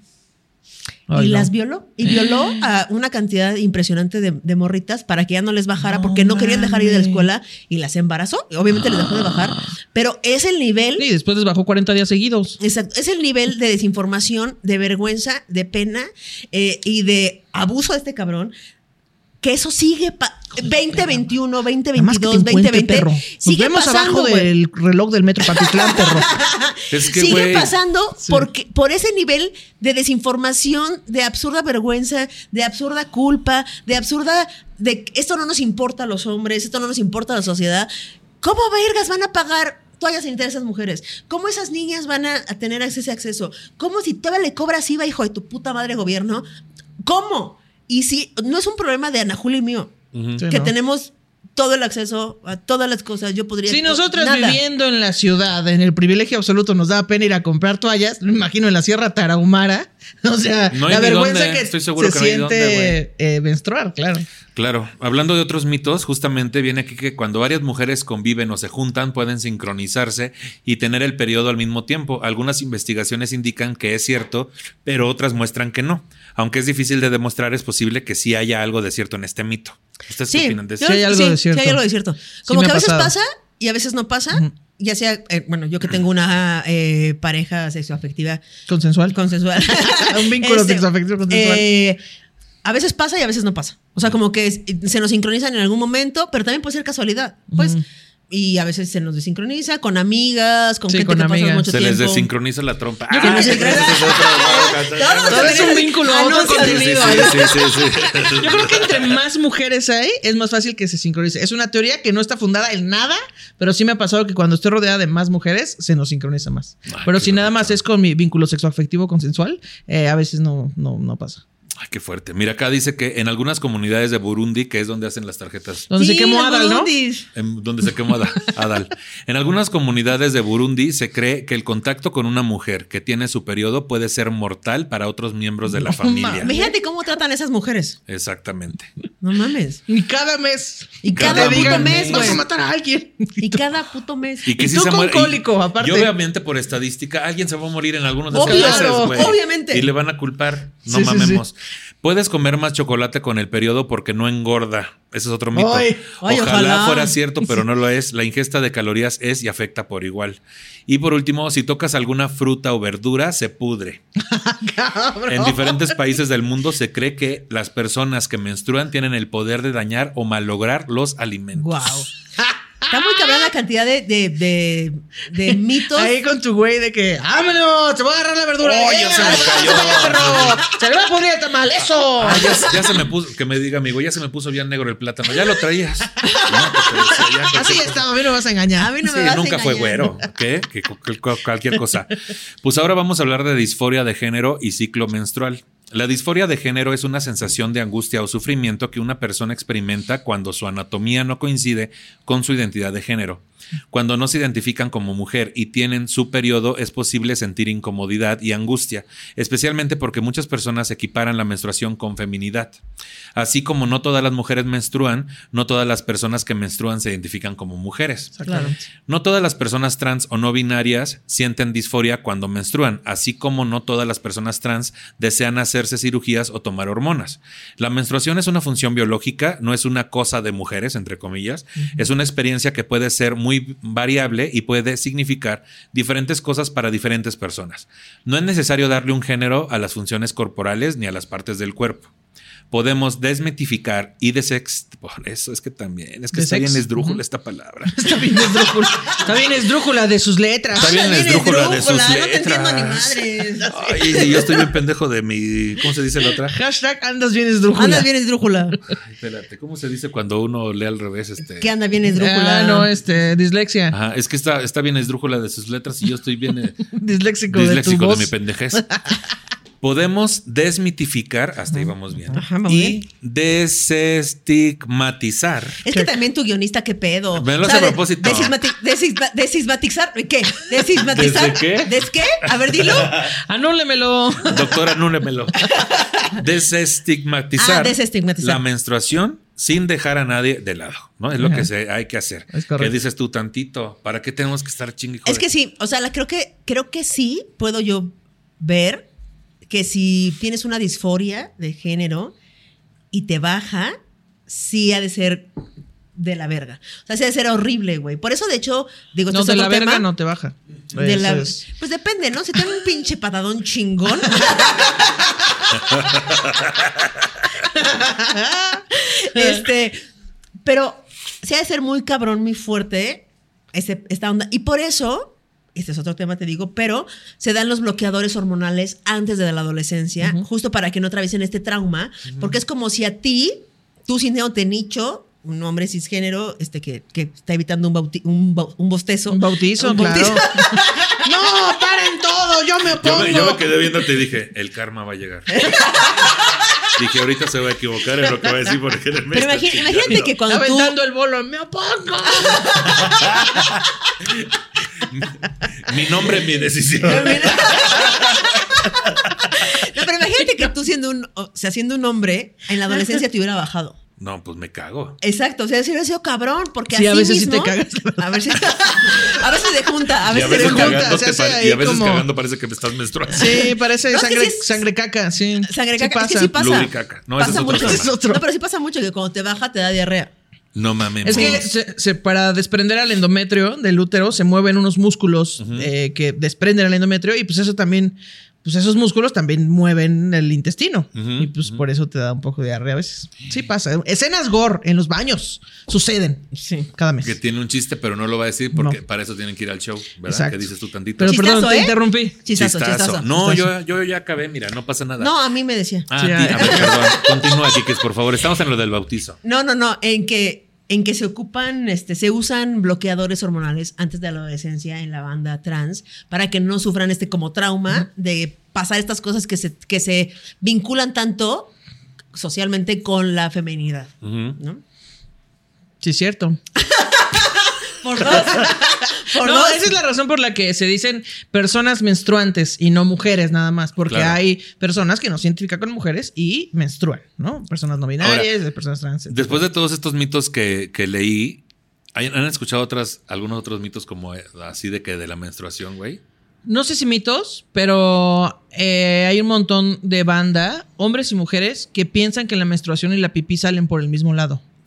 Ay, y no. las violó. Y violó a una cantidad impresionante de, de morritas para que ya no les bajara, no, porque no querían dejar ir de la escuela y las embarazó. Y obviamente les dejó de bajar. Pero es el nivel. Y después les bajó cuarenta días seguidos. Exacto. Es el nivel de desinformación, de vergüenza, de pena eh, y de abuso de este cabrón. Que eso sigue pa- veinte veintiuno, veinte veintidós, veinte veinte. Nos sigue vemos pasando, abajo güey. del reloj del Metro Patitlán, perro. Es que, sigue güey, pasando Sí. porque, por ese nivel de desinformación, de absurda vergüenza, de absurda culpa, de absurda de esto no nos importa a los hombres, esto no nos importa a la sociedad. ¿Cómo vergas van a pagar toallas sanitarias a esas mujeres? ¿Cómo esas niñas van a, a tener ese acceso? ¿Cómo si todavía le cobras I V A, hijo de tu puta madre gobierno? ¿Cómo? Y si no es un problema de Ana Julia y mío, uh-huh. Sí, que ¿no? tenemos todo el acceso a todas las cosas. Yo podría... Si nosotras nada. viviendo en la ciudad, en el privilegio absoluto, nos daba pena ir a comprar toallas, me imagino en la Sierra Tarahumara. O sea, No hay la ni vergüenza dónde. que Estoy seguro se que no hay siente dónde, eh, menstruar, claro. Claro, hablando de otros mitos, justamente viene aquí que cuando varias mujeres conviven o se juntan pueden sincronizarse y tener el periodo al mismo tiempo. Algunas investigaciones indican que es cierto, pero otras muestran que no. Aunque es difícil de demostrar, es posible que sí haya algo de cierto en este mito. ¿Ustedes Sí, qué opinan de eso? yo- Sí hay algo sí, de cierto. sí hay algo de cierto. Como me que ha a veces pasado. pasa y a veces no pasa. Ujú. Ya sea, eh, bueno, yo que tengo una eh, pareja sexoafectiva Consensual. consensual. Un vínculo sexoafectivo consensual. eh, a veces pasa y a veces no pasa. O sea, como que es- se nos sincronizan en algún momento, pero también puede ser casualidad. Pues. Ujú. Y a veces se nos desincroniza con amigas, con Sí, gente con que pasa amigas. mucho Se tiempo. les desincroniza la trompa. Yo creo Ah, que sí, se- ese es otro- Todo Todo es un vínculo, otro Anuncio de- contenido. Sí, sí, sí, sí, sí. Yo creo que entre más mujeres hay, es más fácil que se sincronice. Es una teoría que no está fundada en nada, pero sí me ha pasado que cuando estoy rodeada de más mujeres, se nos sincroniza más. Ay, pero qué si nada loco. más es con mi vínculo sexoafectivo consensual, eh, a veces no, no, no pasa. Ay, qué fuerte. Mira, acá dice que en algunas comunidades de Burundi, que es donde hacen las tarjetas, Donde se Sí, quemó los Adal, ¿no? burundis. en donde se quemó Adal, Adal. En algunas comunidades de Burundi se cree que el contacto con una mujer que tiene su periodo puede ser mortal para otros miembros de la No familia. mames. Imagínate cómo tratan a esas mujeres. Exactamente. No mames. Y cada mes. Y Cada cada, puto puto mes, mes, Vas güey. a matar a alguien. Y cada puto mes. Y que Y si tú se con muere. cólico, y- aparte. Y obviamente por estadística, alguien se va a morir en algunos de esos Obvio, meses, güey. obviamente. Y le van a culpar. No Sí, sí, mamemos. Puedes comer más chocolate con el periodo porque no engorda. Ese es otro mito. Ay, ay, ojalá, ojalá. fuera cierto, pero no lo es. La ingesta de calorías es y afecta por igual. Y por último, si tocas alguna fruta o verdura, se pudre. cabrón. En diferentes países del mundo se cree que las personas que menstruan tienen el poder de dañar o malograr los alimentos. Wow. Está muy cabrón la cantidad de, de, de, de mitos. Ahí con tu güey de que, ¡vámonos! ¡Te voy a agarrar la verdura! Oh, ya ¡Eh, se me cayó. perro! ¡Se le va a poner el tamal! ¡Eso! Ah, ya, ya se me puso, que me diga, amigo, ya se me puso bien negro el plátano. Ya lo traías. No, pues te decía, ya, Así cualquier- está, a mí no me vas a engañar. A mí no Sí, me vas a nunca fue engañar. güero. ¿Qué? Que cu- cu- cualquier cosa. Pues ahora vamos a hablar de disforia de género y ciclo menstrual. La disforia de género es una sensación de angustia o sufrimiento que una persona experimenta cuando su anatomía no coincide con su identidad de género. Cuando no se identifican como mujer y tienen su periodo, es posible sentir incomodidad y angustia, especialmente porque muchas personas equiparan la menstruación con feminidad. Así como no todas las mujeres menstruan, no todas las personas que menstruan se identifican como mujeres. Claro. No todas las personas trans o no binarias sienten disforia cuando menstruan, así como no todas las personas trans desean hacerse cirugías o tomar hormonas. La menstruación es una función biológica, no es una cosa de mujeres, entre comillas. Uh-huh. Es una experiencia que puede ser muy variable y puede significar diferentes cosas para diferentes personas. No es necesario darle un género a las funciones corporales ni a las partes del cuerpo. Podemos desmitificar y desex... Por eso es que también, es que está bien esdrújula uh-huh. esta palabra. Está bien esdrújula. Está bien esdrújula de sus letras. Está bien esdrújula de sus letras. No te entiendo ni madres. Ay, yo estoy bien pendejo de mi... ¿Cómo se dice la otra? Hashtag andas bien esdrújula. Andas bien esdrújula. Ay, espérate, ¿cómo se dice cuando uno lee al revés? Este... ¿Qué anda bien esdrújula? Ah, no, este, dislexia. Ajá, es que está, está bien esdrújula de sus letras y yo estoy bien... Eh, disléxico, disléxico de, tu de voz. mi pendejez. Podemos desmitificar, hasta ahí vamos bien, Ajá, vamos y bien. desestigmatizar. Es que también tu guionista, qué pedo. Me lo hace a propósito. Desismati- desisma- desismatizar, ¿qué? ¿Desismatizar? ¿Desde qué? ¿Des qué? A ver, dilo. Anúlemelo. Doctora, anúlemelo. Desestigmatizar, Ah, desestigmatizar. la menstruación sin dejar a nadie de lado, ¿no? Es lo Ajá. que se, hay que hacer. Es correcto. ¿Qué dices tú tantito? ¿Para qué tenemos que estar chingui? Es que sí, o sea, la, creo que creo que sí puedo yo ver que si tienes una disforia de género y te baja, sí ha de ser de la verga. O sea, sí ha de ser horrible, güey. Por eso, de hecho, digo, No, este de es la otro verga tema. no te baja. De Eso la- es. Pues depende, ¿no? Si tiene un pinche patadón chingón. este, pero sí ha de ser muy cabrón, muy fuerte ese, esta onda. Y por eso, este es otro tema, te digo, pero se dan los bloqueadores hormonales antes de la adolescencia, Uh-huh. justo para que no atraviesen este trauma, uh-huh. porque es como si a ti, tú sintiéndote nicho, un hombre cisgénero este, que, que está evitando un, bauti- un, bau- un bostezo. Un bautizo, Un claro. bautizo. No, paren todo, yo me Yo opongo. me, yo me quedé viéndote y dije, el karma va a llegar. Dije, ahorita se va a equivocar en lo que va a decir porque me Pero está imagi- chingando. imagínate que cuando tú... Aventando el bolo, me opongo. Mi nombre, mi decisión. No, pero imagínate que tú siendo un, o sea, siendo un hombre, en la adolescencia te hubiera bajado. No, pues me cago. Exacto, o sea, si hubiera sido cabrón, porque Sí, así a veces sí mismo, te cagas. A veces, a veces de junta, a Y a veces, veces, de junta. cagando, se te hace pare- ahí y a veces como- cagando parece que me estás menstruando. Sí, parece No, es que sangre, sí es- sangre caca, sí. Sangre Sí caca, es que pasa. sí pasa. Lubricaca. No, ese pasa es otro mucho. tema. Ese es otro. No, pero sí pasa mucho que cuando te baja te da diarrea. No mames. Es que se- se- para desprender al endometrio del útero se mueven unos músculos uh-huh. eh, que desprenden al endometrio y pues eso también, pues esos músculos también mueven el intestino Uh-huh, y pues uh-huh. por eso te da un poco de diarrea a veces. Sí pasa. Escenas gore en los baños suceden. Sí, cada mes. Que tiene un chiste, pero no lo va a decir porque No. para eso tienen que ir al show, ¿verdad? Exacto. Que dices tú tantito. Pero Chistazo, perdón, te ¿eh? interrumpí. Chistazo, chistazo. No, chistazo. yo, yo ya acabé, mira, no pasa nada. No, a mí me decía. Ah, Sí, a ti, ah. a ver, perdón. Continúa, Kikis, por favor. Estamos en lo del bautizo. No, no, no, en que en que se ocupan, este, se usan bloqueadores hormonales antes de la adolescencia en la banda trans para que no sufran este como trauma uh-huh. de pasar estas cosas que se, que se vinculan tanto socialmente con la feminidad, Uh-huh. ¿no? Sí, es cierto. Por dos. Por No, dos. esa es la razón por la que se dicen personas menstruantes y no mujeres nada más, porque Claro. hay personas que no se identifican con mujeres y menstruan, ¿no? Personas no binarias, Ahora, personas trans. Después de todos estos mitos que, que leí, ¿han escuchado otras, algunos otros mitos como así de que de la menstruación, güey? No sé si mitos, pero eh, hay un montón de banda, hombres y mujeres, que piensan que la menstruación y la pipí salen por el mismo lado.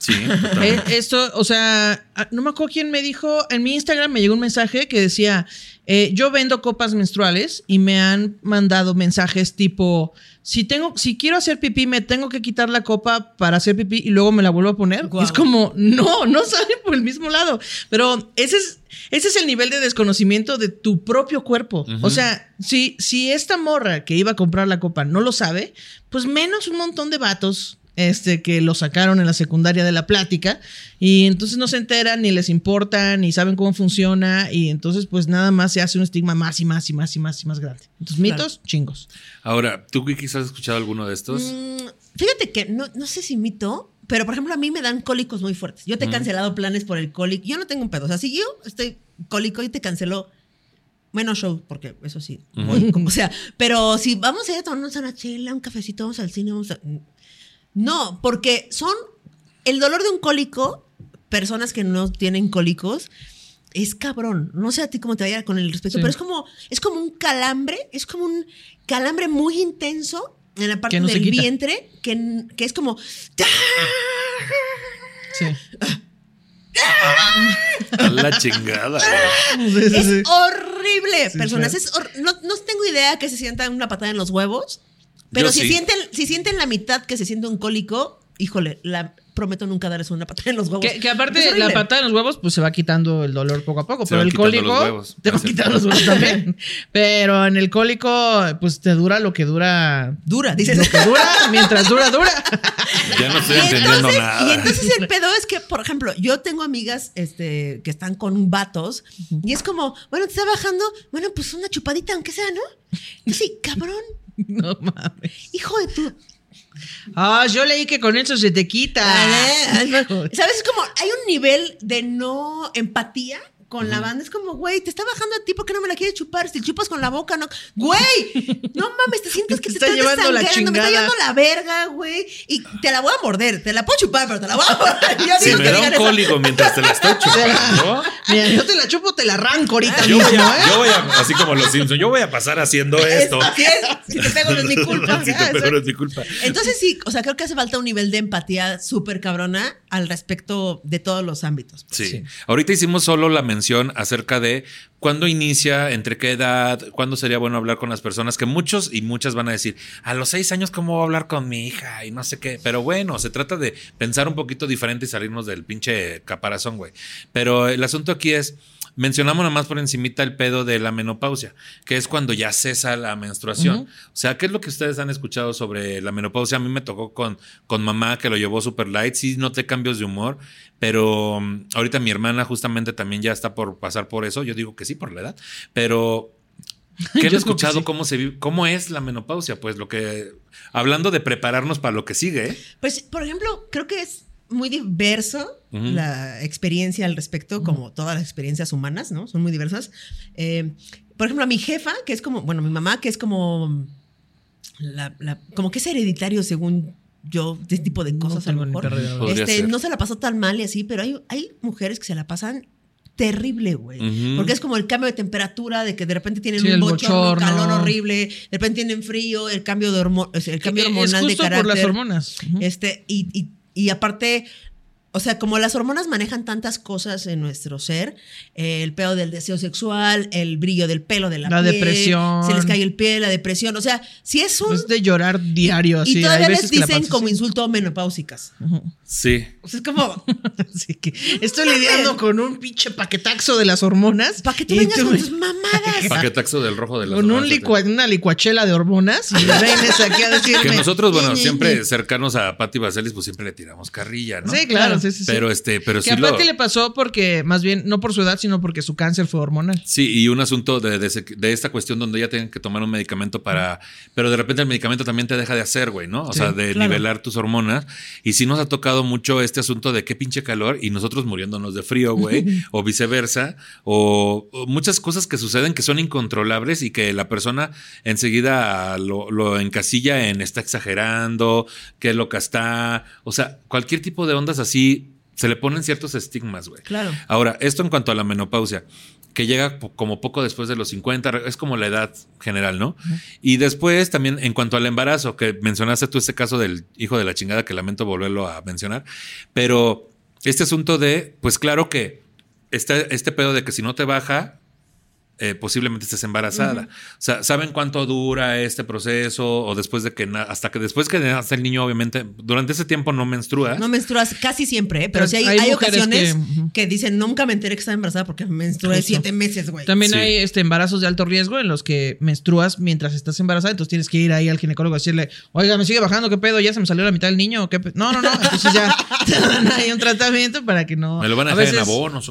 Sí, Eh, esto, o sea, no me acuerdo quién me dijo, en mi Instagram me llegó un mensaje que decía, eh, yo vendo copas menstruales y me han mandado mensajes tipo, si tengo, si quiero hacer pipí, me tengo que quitar la copa para hacer pipí y luego me la vuelvo a poner. Guau. Y es como, no, no sale por el mismo lado. Pero ese es, ese es el nivel de desconocimiento de tu propio cuerpo. Uh-huh. O sea, si, si esta morra que iba a comprar la copa no lo sabe, pues menos un montón de vatos Este, que lo sacaron en la secundaria de la plática y entonces no se enteran ni les importa ni saben cómo funciona y entonces pues nada más se hace un estigma más y más y más y más y más grande. Entonces Claro. mitos, chingos. Ahora, ¿tú quizás has escuchado alguno de estos? Mm, fíjate que no, no sé si mito, pero por ejemplo a mí me dan cólicos muy fuertes. Yo te he cancelado planes por el cólico. Yo no tengo un pedo. O sea, si yo estoy cólico y te cancelo, bueno, show, porque eso sí, voy como sea. Pero si vamos a ir a tomarnos una chela, un cafecito, vamos al cine, vamos a... No, porque son el dolor de un cólico, personas que no tienen cólicos, es cabrón. No sé a ti cómo te vaya con el respecto, Sí. pero es como, es como un calambre, es como un calambre muy intenso en la parte Que no se del quita. vientre, que, que es como... Sí. A la chingada. güey. Sí, sí, Es sí. horrible, Sí, personas. claro. Es hor- no, no tengo idea que se sientan una patada en los huevos, pero Yo si sí. sienten, si sienten la mitad que se siente un cólico, híjole, la prometo nunca darles una patada en los huevos. Que, que aparte Es la horrible. patada en los huevos, pues se va quitando el dolor poco a poco. Se pero van el quitando cólico los huevos. te va Hace- quitando los huevos también. Pero en el cólico, pues te dura lo que dura. Dura, dices. Lo que dura, mientras dura, dura. Ya no estoy Y entendiendo entonces, nada. y entonces el pedo es que, por ejemplo, yo tengo amigas este, que están con vatos y es como, bueno, te está bajando, bueno, pues una chupadita, aunque sea, ¿no? Y sí, cabrón, No mames. hijo de tu... Ah, yo leí que con eso se te quita. ¿Sabes? Es como, hay un nivel de no empatía con la banda. Es como, güey, te está bajando a ti porque no me la quieres chupar. Si chupas con la boca, no. Güey, no mames, te sientes que Te te, está llevando la desangrando, me está chingada. llevando la verga, güey. Y te la voy a morder, te la puedo chupar, pero te la voy a morder. Yo Si digo me que da un digan eso. cólico mientras te la estoy chupando, Mira, yo te la chupo, te la arranco ahorita yo mismo, voy, a, ¿eh? yo voy a, así como los Simpsons, yo voy a pasar haciendo esto. Así es, si te pego no es mi culpa. Si te pego no es mi culpa. Entonces sí, o sea, creo que hace falta un nivel de empatía súper cabrona al respecto de todos los ámbitos. Sí. Sí. Ahorita hicimos solo la mención acerca de cuándo inicia, entre qué edad, cuándo sería bueno hablar con las personas, que muchos y muchas van a decir, a los seis años, ¿cómo voy a hablar con mi hija? Y no sé qué. Pero bueno, se trata de pensar un poquito diferente y salirnos del pinche caparazón, güey. Pero el asunto aquí es, mencionamos nada más por encimita el pedo de la menopausia, que es cuando ya cesa la menstruación. Uh-huh. O sea, ¿qué es lo que ustedes han escuchado sobre la menopausia? A mí me tocó con, con mamá, que lo llevó super light. Sí noté cambios de humor, pero um, ahorita mi hermana justamente también ya está por pasar por eso. Yo digo que sí, por la edad. Pero ¿qué Yo han digo escuchado? que sí. ¿Cómo se vive? ¿Cómo es la menopausia? Pues lo que... Hablando de prepararnos para lo que sigue, ¿eh? Pues, por ejemplo, creo que es muy diverso Ujú. la experiencia al respecto, como todas las experiencias humanas, ¿no? Son muy diversas. Eh, por ejemplo, a mi jefa, que es como, bueno, mi mamá, que es como, la, la- como que es hereditario según yo, de este tipo de No cosas a lo tengo ni mejor. perra idea. Podría Este, ser. no se la pasó tan mal y así, pero hay, hay mujeres que se la pasan terrible, güey. Ujú. Porque es como el cambio de temperatura, de que de repente tienen Sí, un el bochorno, bochorno. calor horrible, de repente tienen frío, el cambio de hormo- el cambio Es hormonal de justo carácter. por las hormonas. Ujú. Este, y, y, y aparte, o sea, como las hormonas manejan tantas cosas en nuestro ser, eh, el pedo del deseo sexual, el brillo del pelo, de la, La piel, depresión. se les cae el pie, la depresión, o sea, si es un... Es de llorar diario. Así. y todavía Hay les veces que la dicen pasas como así. insulto menopáusicas. Sí. O sea, es como, Así que estoy lidiando con un pinche paquetaxo de las hormonas. para que tú y vengas con me- tus mamadas. Paquetaxo del rojo de las Con un hormonas. licua, una licuachela de hormonas. Y vienes aquí a decirme. Que nosotros, bueno, Ñi, Ñi, siempre Ñi. cercanos a Patti Vaselis, pues siempre le tiramos carrilla, ¿no? Sí, claro, sí, sí, sí. Pero este, pero Que sí a lo... Patti le pasó porque, más bien, no por su edad, sino porque su cáncer fue hormonal. Sí, y un asunto de, de, ese- de esta cuestión donde ella tiene que tomar un medicamento para... Pero de repente el medicamento también te deja de hacer, güey, ¿no? O Sí, sea, de claro. nivelar tus hormonas. Y sí nos ha tocado mucho este asunto de qué pinche calor y nosotros muriéndonos de frío, güey, o viceversa. O, o muchas cosas que suceden que son incontrolables y que la persona enseguida lo, lo encasilla en está exagerando, qué loca está. O sea, cualquier tipo de ondas así se le ponen ciertos estigmas, güey. Claro. Ahora, esto en cuanto a la menopausia. que llega como poco después de los cincuenta, es como la edad general, ¿no? Uh-huh. Y después también en cuanto al embarazo, que mencionaste tú este caso del hijo de la chingada, que lamento volverlo a mencionar, pero este asunto de, pues claro que este, este pedo de que si no te baja, Eh, posiblemente estés embarazada. Uh-huh. O sea, ¿saben cuánto dura este proceso? O después de que na- hasta que después que nace el niño, obviamente, durante ese tiempo no menstruas. No menstruas casi siempre, ¿eh? pero, pero sí hay, hay, hay que, ocasiones uh-huh. que dicen nunca me enteré que estaba embarazada porque menstrué Justo. siete meses, güey. También sí. hay este embarazos de alto riesgo en los que menstruas mientras estás embarazada, entonces tienes que ir ahí al ginecólogo a decirle, oiga, me sigue bajando, ¿qué pedo? ¿Ya se me salió la mitad del niño? ¿Qué no, no, no. Entonces ya te dan ahí un tratamiento para que no. Me lo van a, a dejar veces, en abonos.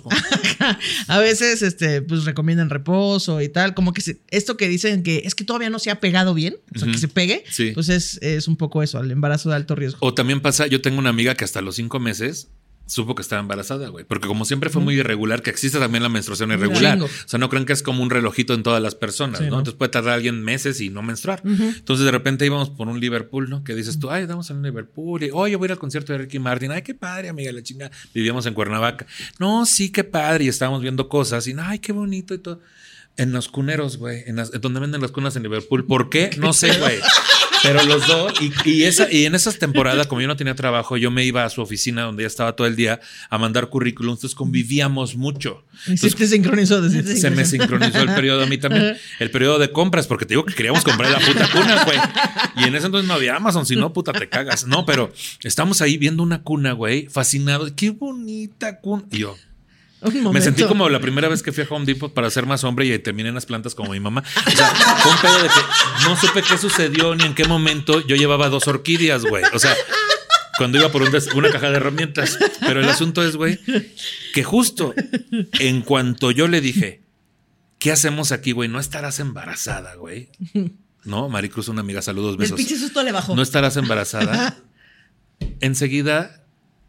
A veces, este, pues recomiendan reposo y tal. Como que se, esto que dicen que es que todavía no se ha pegado bien, o sea, uh-huh. que se pegue, sí. pues es, es un poco eso, el embarazo de alto riesgo. O también pasa, yo tengo una amiga que hasta los cinco meses supo que estaba embarazada, güey. Porque como siempre fue muy irregular, que existe también la menstruación irregular. O sea, no creen que es como un relojito en todas las personas, sí, ¿no? ¿no? Entonces puede tardar alguien meses y no menstruar. Uh-huh. Entonces de repente íbamos por un Liverpool, ¿no? Que dices tú, ay, vamos a un Liverpool. Y, oye, voy a ir al concierto de Ricky Martin. Ay, qué padre, amiga, la chingada. Vivíamos en Cuernavaca. No, sí, qué padre. Y estábamos viendo cosas. Y, ay, qué bonito y todo. En los cuneros, güey. En, las, en donde venden las cunas en Liverpool. ¿Por qué? No sé, güey. Pero los dos, y, y, esa, y en esas temporadas, como yo no tenía trabajo, yo me iba a su oficina donde ella estaba todo el día a mandar currículums, entonces convivíamos mucho. Entonces, ¿sí te sincronizó? Se, se me sincronizó el periodo a mí también. El periodo de compras, porque te digo que queríamos comprar la puta cuna, güey. Y en ese entonces no había Amazon, si no, puta, te cagas. No, pero estamos ahí viendo una cuna, güey, fascinados. Qué bonita cuna. Y yo... Me sentí como la primera vez que fui a Home Depot para ser más hombre y terminé en las plantas como mi mamá. O sea, fue un pedo de que no supe qué sucedió ni en qué momento yo llevaba dos orquídeas, güey. O sea, cuando iba por un des- una caja de herramientas. Pero el asunto es, güey, que justo en cuanto yo le dije, ¿qué hacemos aquí, güey? No estarás embarazada, güey. No, Maricruz, una amiga, saludos, besos. El pinche susto le bajó. No estarás embarazada. Enseguida...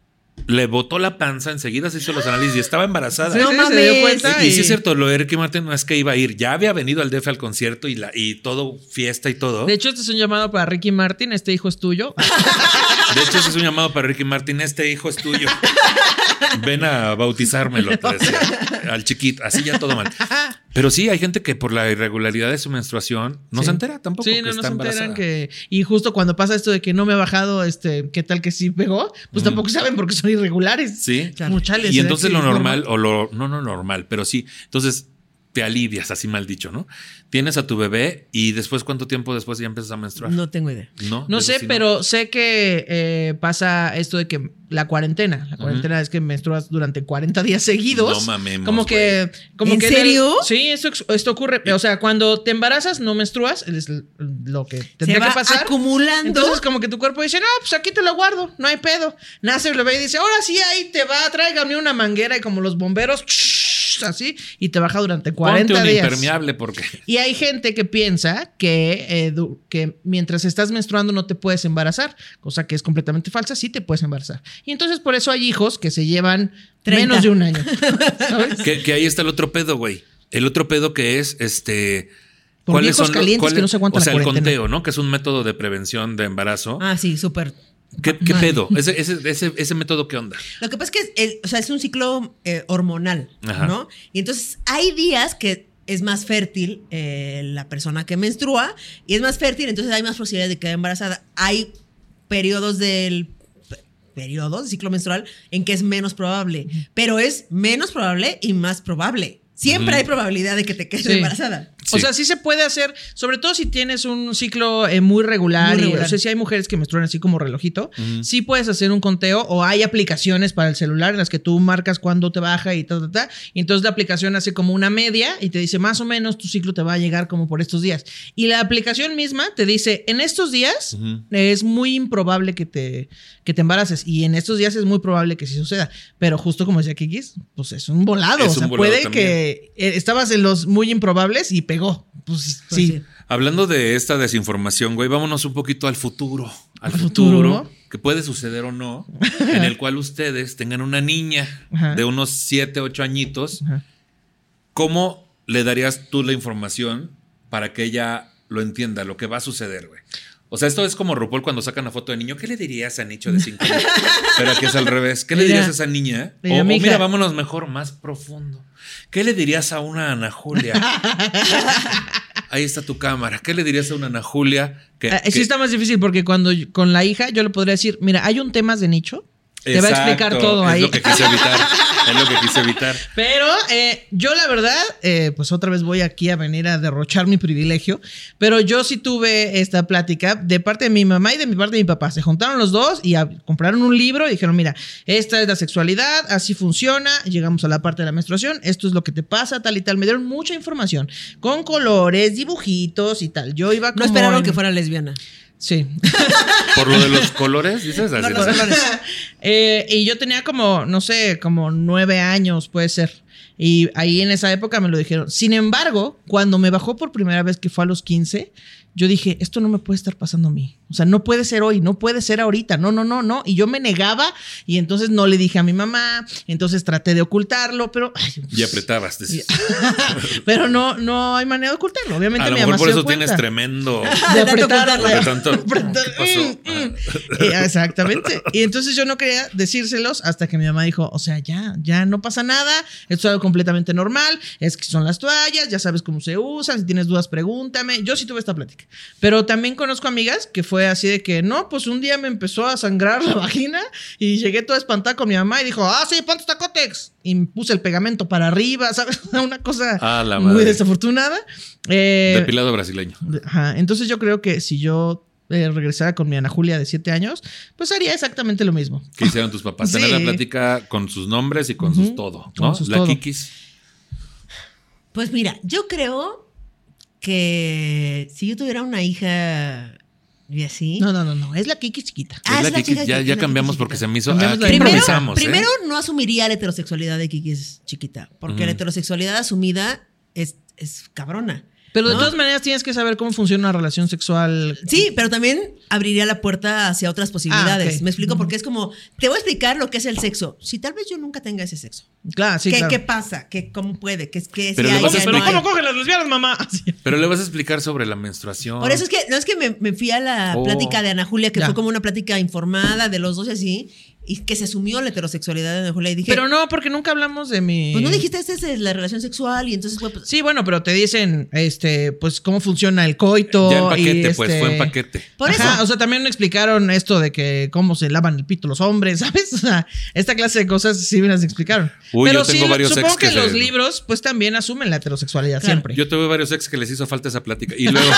le botó la panza, enseguida se hizo los análisis y estaba embarazada. Sí, no sí, se dio cuenta. Y, y... y sí es cierto, lo de Ricky Martin no es que iba a ir, ya había venido al D F al concierto y, la, y todo, fiesta y todo. De hecho, este es un llamado para Ricky Martin, este hijo es tuyo. De hecho, este es un llamado para Ricky Martin, este hijo es tuyo. Ven a bautizármelo, te decía, al chiquito, así ya todo mal. Pero sí, hay gente que por la irregularidad de su menstruación no sí. se entera tampoco sí, que no, está no se embarazada. enteran que... Y justo cuando pasa esto de que no me ha bajado, este, ¿qué tal que sí pegó? Pues mm. tampoco saben porque son irregulares. Sí. Claro. Muchales, y entonces ¿eh? lo sí, normal, normal, o lo... No, no normal, pero sí. Entonces... te alivias, así mal dicho, ¿no? Tienes a tu bebé y después, ¿cuánto tiempo después ya empiezas a menstruar? No tengo idea. No, no sé, sí pero no. sé que eh, pasa esto de que la cuarentena, la cuarentena uh-huh. es que menstruas durante cuarenta días seguidos. No mamemos, como que, como ¿En que serio? El, sí, esto, esto ocurre. O sea, cuando te embarazas, no menstruas, es lo que tendría Se va que pasar. acumulando. Entonces, como que tu cuerpo dice, no, pues aquí te lo guardo, no hay pedo. Nace el bebé y dice, ahora sí, ahí te va, tráigame una manguera y como los bomberos, así, y te baja durante cuarenta Ponte un días. Impermeable porque... Y hay gente que piensa que, eh, du- que mientras estás menstruando no te puedes embarazar, cosa que es completamente falsa, sí te puedes embarazar. Y entonces por eso hay hijos que se llevan treinta menos de un año. ¿Sabes? que, que ahí está el otro pedo, güey. El otro pedo que es, este... Por ¿cuáles viejos son los- calientes cuáles- que no se aguantan O sea, la el cuarentena. conteo, ¿no? Que es un método de prevención de embarazo. Ah, sí, súper. ¿Qué, qué mal. pedo? Ese, ese, ese, ese método, ¿qué onda? Lo que pasa es que es, el- o sea, es un ciclo eh, hormonal, Ajá. ¿no? Y entonces hay días que es más fértil eh, la persona que menstrua y es más fértil, entonces hay más posibilidades de quedar embarazada. Hay periodos del periodos de ciclo menstrual en que es menos probable, pero es menos probable y más probable. Siempre Ujú. hay probabilidad de que te quedes Sí. embarazada. O Sí. sea, sí se puede hacer, sobre todo si tienes un ciclo eh, muy regular. Muy y, regular. o sea, si hay mujeres que menstruan así como relojito, Ujú. sí puedes hacer un conteo o hay aplicaciones para el celular en las que tú marcas cuándo te baja y ta, ta, ta. Y entonces la aplicación hace como una media y te dice más o menos tu ciclo te va a llegar como por estos días. Y la aplicación misma te dice, en estos días Ujú. es muy improbable que te, que te embaraces y en estos días es muy probable que sí suceda. Pero justo como decía Kikis, pues es un volado. Es o sea, un volado puede también. que eh, estabas en los muy improbables y pegó. Pues, Pues sí. sí. Hablando de esta desinformación, güey, vámonos un poquito al futuro. Al ¿Al futuro, futuro? que puede suceder o no, en el cual ustedes tengan una niña Ajá. de unos siete, ocho añitos. Ajá. ¿Cómo le darías tú la información para que ella lo entienda, lo que va a suceder, güey? O sea, esto es como RuPaul cuando sacan una foto de niño. ¿Qué le dirías a Nicho de cinco años? Pero aquí es al revés. ¿Qué le Mira, dirías a esa niña? mira, O, o mija. mira, vámonos mejor, más profundo. ¿Qué le dirías a una Ana Julia? Ahí está tu cámara. ¿Qué le dirías a una Ana Julia? Que, Eh, sí que- está más difícil porque cuando yo- con la hija yo le podría decir, mira, hay un temas de nicho. Te va a explicar Exacto, todo es ahí. lo que quise evitar. Es lo que quise evitar. Pero eh, yo la verdad, eh, pues otra vez voy aquí a venir a derrochar mi privilegio, pero yo sí tuve esta plática de parte de mi mamá y de mi parte de mi papá. Se juntaron los dos y a- compraron un libro y dijeron, mira, esta es la sexualidad, así funciona, llegamos a la parte de la menstruación, esto es lo que te pasa, tal y tal. Me dieron mucha información, con colores, dibujitos y tal. Yo iba como No esperaron en- que fuera lesbiana. Sí. Por lo de los colores, dices así. los colores. Eh, y yo tenía como, no sé, como nueve años, puede ser. Y ahí en esa época me lo dijeron. Sin embargo, cuando me bajó por primera vez, que fue a los quince, yo dije, esto no me puede estar pasando a mí. O sea, no puede ser hoy, no puede ser ahorita. No, no, no, no. Y yo me negaba y entonces no le dije a mi mamá. Entonces traté de ocultarlo, pero... ay, Y apretabas. Dices. pero no, no hay manera de ocultarlo. Obviamente A lo mi mejor mamá por se eso dio tienes cuenta. tremendo. De Tanto apretar, ocultarlo. De tanto- apretar, ¿Qué pasó? mm, mm. Eh, Exactamente. Y entonces yo no quería decírselos hasta que mi mamá dijo, o sea, ya, ya no pasa nada, esto es algo completamente normal, es que son las toallas, ya sabes cómo se usan, si tienes dudas pregúntame. Yo sí tuve esta plática. Pero también conozco amigas que fue así de que, no, pues un día me empezó a sangrar la vagina y llegué toda espantada con mi mamá y dijo, ah, sí, ponte esta Cotex. Y me puse el pegamento para arriba, ¿sabes? Una cosa Ah, la muy madre. desafortunada. Eh, Depilado brasileño. Ajá. Entonces yo creo que si yo eh, regresara con mi Ana Julia de siete años, pues haría exactamente lo mismo. ¿Qué hicieron tus papás? Tener Sí. la plática con sus nombres y con Ujú, sus todo, con ¿no? sus La todo. Kikis. Pues mira, yo creo que si yo tuviera una hija y así. No, no, no, no. Es la Kiki chiquita. Ah, Es la es la Kiki. chica Ya, que- ya la cambiamos Kiki porque chiquita. se me hizo. Cambiamos Aquí la- Primero, improvisamos, ¿eh? primero no asumiría la heterosexualidad de Kiki es chiquita, porque Ujú. la heterosexualidad asumida es, es cabrona. Pero de ¿no? todas maneras tienes que saber cómo funciona una relación sexual. Sí, pero también abriría la puerta hacia otras posibilidades. Ah, ok. Me explico, porque es como, te voy a explicar lo que es el sexo. Si tal vez yo nunca tenga ese sexo. Claro, sí, ¿Qué, claro. qué pasa? ¿Qué, ¿Cómo puede? ¿Qué, qué Pero si le hay, vas a qué Pero no ¿cómo hay? cogen las lesbianas, mamá? Así. Pero le vas a explicar sobre la menstruación. Por eso es que, no es que me, me fui a la Oh. plática de Ana Julia, que Ya. fue como una plática informada de los dos y así, y que se asumió la heterosexualidad de Ana Julia. Y dije, Pero no, porque nunca hablamos de mi. pues no dijiste, esta es la relación sexual, y entonces fue, pues, Sí, bueno, pero te dicen, este, pues cómo funciona el coito. Ya en paquete, y, pues este, fue en paquete. por eso. Ajá, o sea, también me explicaron esto de que cómo se lavan el pito los hombres, ¿sabes? O sea, esta clase de cosas sí me las explicaron. Uy, Pero yo tengo sí, varios supongo ex que, que los se- libros, pues también asumen la heterosexualidad Claro. siempre. Yo tuve varios ex que les hizo falta esa plática. Y luego.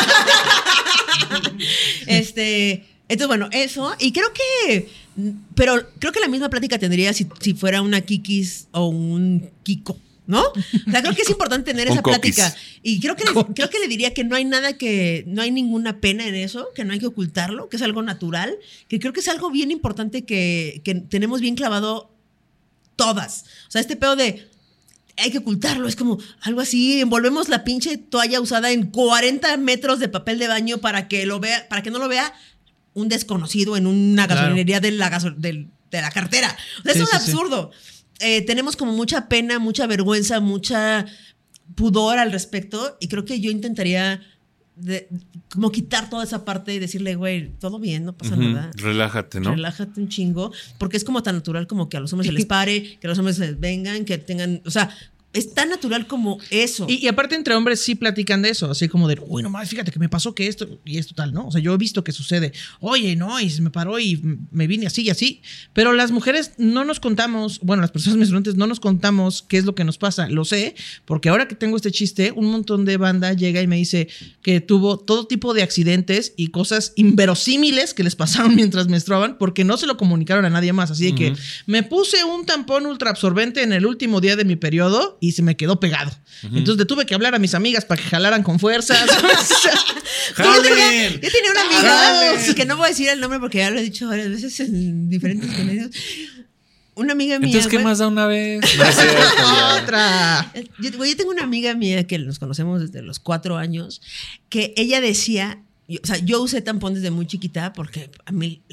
Este, entonces, bueno, eso. Y creo que, pero creo que la misma plática tendría si, si fuera una Kikis o un Kiko, ¿no? O sea, creo que es importante tener Un esa coquis. plática. Y creo que, le, creo que le diría que no hay nada que, no hay ninguna pena en eso, que no hay que ocultarlo, que es algo natural, que creo que es algo bien importante que, que tenemos bien clavado todas. O sea, este pedo de hay que ocultarlo, es como algo así, envolvemos la pinche toalla usada en cuarenta metros de papel de baño para que lo vea, para que no lo vea un desconocido en una Claro. gasolinería de la, gaso- del- de la cartera. O sea, Sí, eso es sí, sí. absurdo. Eh, tenemos como mucha pena, mucha vergüenza, mucha pudor al respecto, y creo que yo intentaría de- como quitar toda esa parte y decirle, güey, todo bien, no pasa Ujú, nada. relájate, ¿no? Relájate un chingo, porque es como tan natural como que a los hombres se les pare, que a los hombres se les vengan, que tengan, o sea, es tan natural como eso. Y, y aparte entre hombres sí platican de eso, así como de, uy, no mames, fíjate que me pasó que esto y esto tal, ¿no? O sea, yo he visto que sucede, oye, no, y se me paró y me vine así y así. Pero las mujeres no nos contamos, bueno, las personas menstruantes no nos contamos qué es lo que nos pasa. Lo sé, porque ahora que tengo este chiste, un montón de banda llega y me dice que tuvo todo tipo de accidentes y cosas inverosímiles que les pasaron mientras menstruaban porque no se lo comunicaron a nadie más. Así de que Ujú. me puse un tampón ultra absorbente en el último día de mi periodo y se me quedó pegado. Entonces le tuve que hablar a mis amigas para que jalaran con fuerza. ¿sabes? O sea, yo, tenía, ¡Jalen! yo tenía una ¡Jalen! amiga, que no voy a decir el nombre porque ya lo he dicho varias veces en diferentes medios. Una amiga mía. Entonces, ¿qué güey, más da una vez? No es cierto, ya. otra. Yo, güey, yo tengo una amiga mía que nos conocemos desde los cuatro años, que ella decía, yo- o sea, yo usé tampón desde muy chiquita porque a mí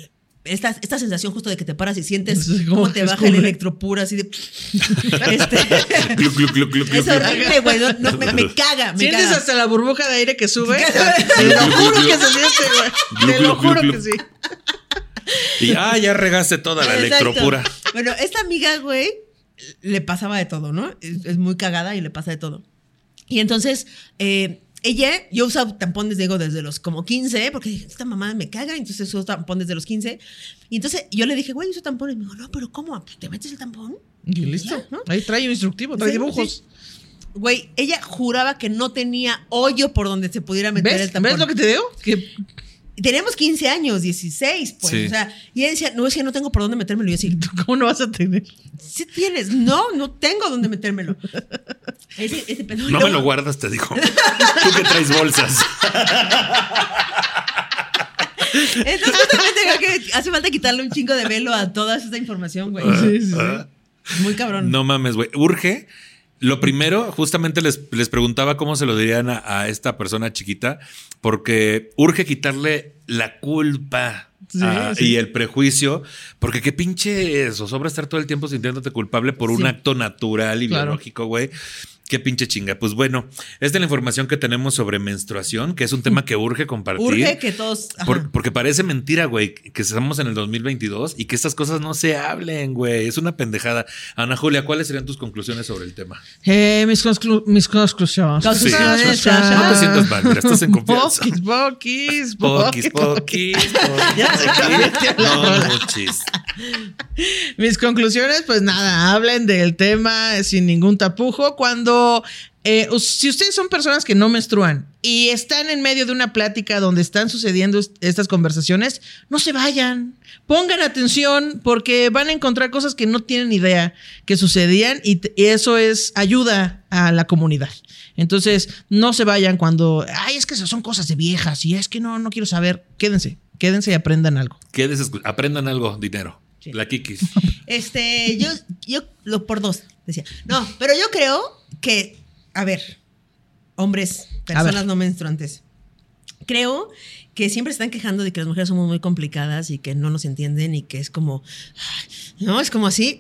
esta, esta sensación justo de que te paras y sientes Sí, cómo como te que baja escurre. el electropura así de... este, Gluc, gluc, gluc, gluc, es gluc. horrible, güey. No, no, me, me caga, me ¿Sientes caga. hasta la burbuja de aire que sube? Te Te lo juro que se siente, güey. Te lo Gluc, gluc, juro gluc, que gluc. sí. Y ah, ya regaste toda la Exacto. electropura. Bueno, esta amiga, güey, le pasaba de todo, ¿no? Es, es muy cagada y le pasa de todo. Y entonces, eh, ella, yo usaba tampones, digo, desde los como quince, porque dije, esta mamá me caga, entonces uso tampón desde los quince. Y entonces yo le dije, güey, uso tampón. Y me dijo, no, pero ¿cómo? Pues, ¿te metes el tampón? Y listo. Ya, ¿no? Ahí trae un instructivo, trae Sí, dibujos. sí. Güey, ella juraba que no tenía hoyo por donde se pudiera meter el ¿Ves? tampón. ¿Ves lo que te digo? Que Teníamos quince años, dieciséis, pues. Sí. O sea, y ella decía, no, es que no tengo por dónde metérmelo. Y yo así, ¿cómo no vas a tener? sí tienes. No, no tengo dónde metérmelo. Ese, ese pedo. No Y me luego- lo guardas, te dijo. Tú que traes bolsas. Entonces, justamente creo que hace falta quitarle un chingo de velo a toda esta información, güey. Sí, sí, sí. Muy cabrón. No mames, güey. Urge. Lo primero, justamente les, les preguntaba cómo se lo dirían a, a esta persona chiquita, porque urge quitarle la culpa Sí, a- sí. y el prejuicio, porque qué pinche zozobra estar todo el tiempo sintiéndote culpable por un Sí. acto natural y Claro. biológico, güey. Qué pinche chinga. Pues bueno, esta es la información que tenemos sobre menstruación, que es un tema que urge compartir. Urge que todos. ajá. Por- porque parece mentira, güey, que estamos en el dos mil veintidós y que estas cosas no se hablen, güey. Es una pendejada. Ana Julia, ¿cuáles serían tus conclusiones sobre el tema? Eh, mis, conclu- mis conclusiones. Sí. No Ah. te sientas mal, mira, estás en confianza. Pokis, pokis, Poquis, poquis, Ya se convirtió en la no rola. muchis. Mis conclusiones, pues nada, hablen del tema sin ningún tapujo. Cuando, eh, us- si ustedes son personas que no menstruan y están en medio de una plática donde están sucediendo est- estas conversaciones, no se vayan. Pongan atención porque van a encontrar cosas que no tienen idea que sucedían y, t- y eso es ayuda a la comunidad. Entonces, no se vayan cuando, ay, es que esas son cosas de viejas y es que no, no quiero saber. Quédense, quédense y aprendan algo. Quédese escu- aprendan algo, dinero. La Kikis. Este, yo, yo, lo por dos, decía. No, pero yo creo que, a ver, hombres, personas ver. no menstruantes, creo que siempre se están quejando de que las mujeres somos muy complicadas y que no nos entienden y que es como, ay, no, es como así.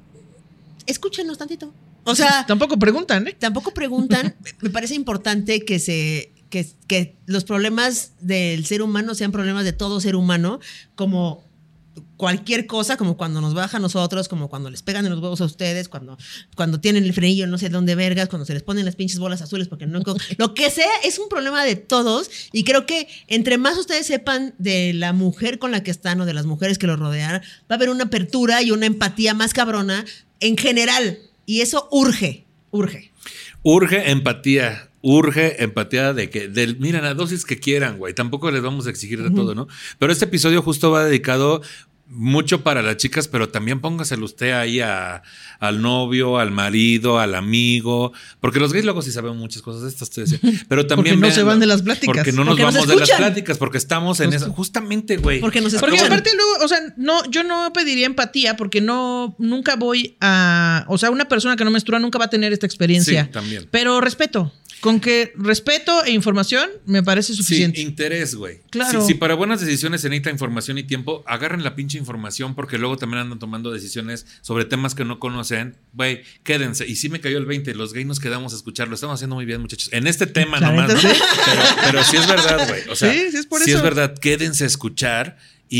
Escúchenos tantito. O sea, Tampoco preguntan, ¿eh? tampoco preguntan. Me parece importante que se que, que los problemas del ser humano sean problemas de todo ser humano, como cualquier cosa, como cuando nos baja a nosotros, como cuando les pegan en los huevos a ustedes, cuando, cuando tienen el frenillo no sé dónde vergas, cuando se les ponen las pinches bolas azules porque no enco- lo que sea, es un problema de todos y creo que entre más ustedes sepan de la mujer con la que están o de las mujeres que los rodean, va a haber una apertura y una empatía más cabrona en general y eso urge, urge. Urge empatía. Urge empatía de que, del, mira, la dosis que quieran, güey. Tampoco les vamos a exigir de todo, ¿no? Pero este episodio justo va dedicado mucho para las chicas, pero también póngaselo usted ahí a, al novio, al marido, al amigo. Porque los gays luego sí saben muchas cosas de estas, te decía. Pero también. Porque no vean, se van de las pláticas. Porque no nos Porque nos vamos de las escuchan. pláticas, porque estamos en eso. Justamente, güey. Porque nos Porque escuchan. aparte luego, o sea, no, yo no pediría empatía porque no, nunca voy a, o sea, una persona que no menstrua nunca va a tener esta experiencia. Sí, también. Pero respeto, con que respeto e información me parece suficiente. Sí, interés, güey. Claro. Si, si para buenas decisiones se necesita información y tiempo, agarren la pinche información porque luego también andan tomando decisiones sobre temas que no conocen. Güey, quédense. Y sí me cayó el veinte. Los gays nos quedamos a escuchar. Lo estamos haciendo muy bien, muchachos. En este tema La nomás, neta, ¿no? sí. Pero, pero sí es verdad, güey. O sea, Sí, sí es por sí eso. es verdad. Quédense a escuchar.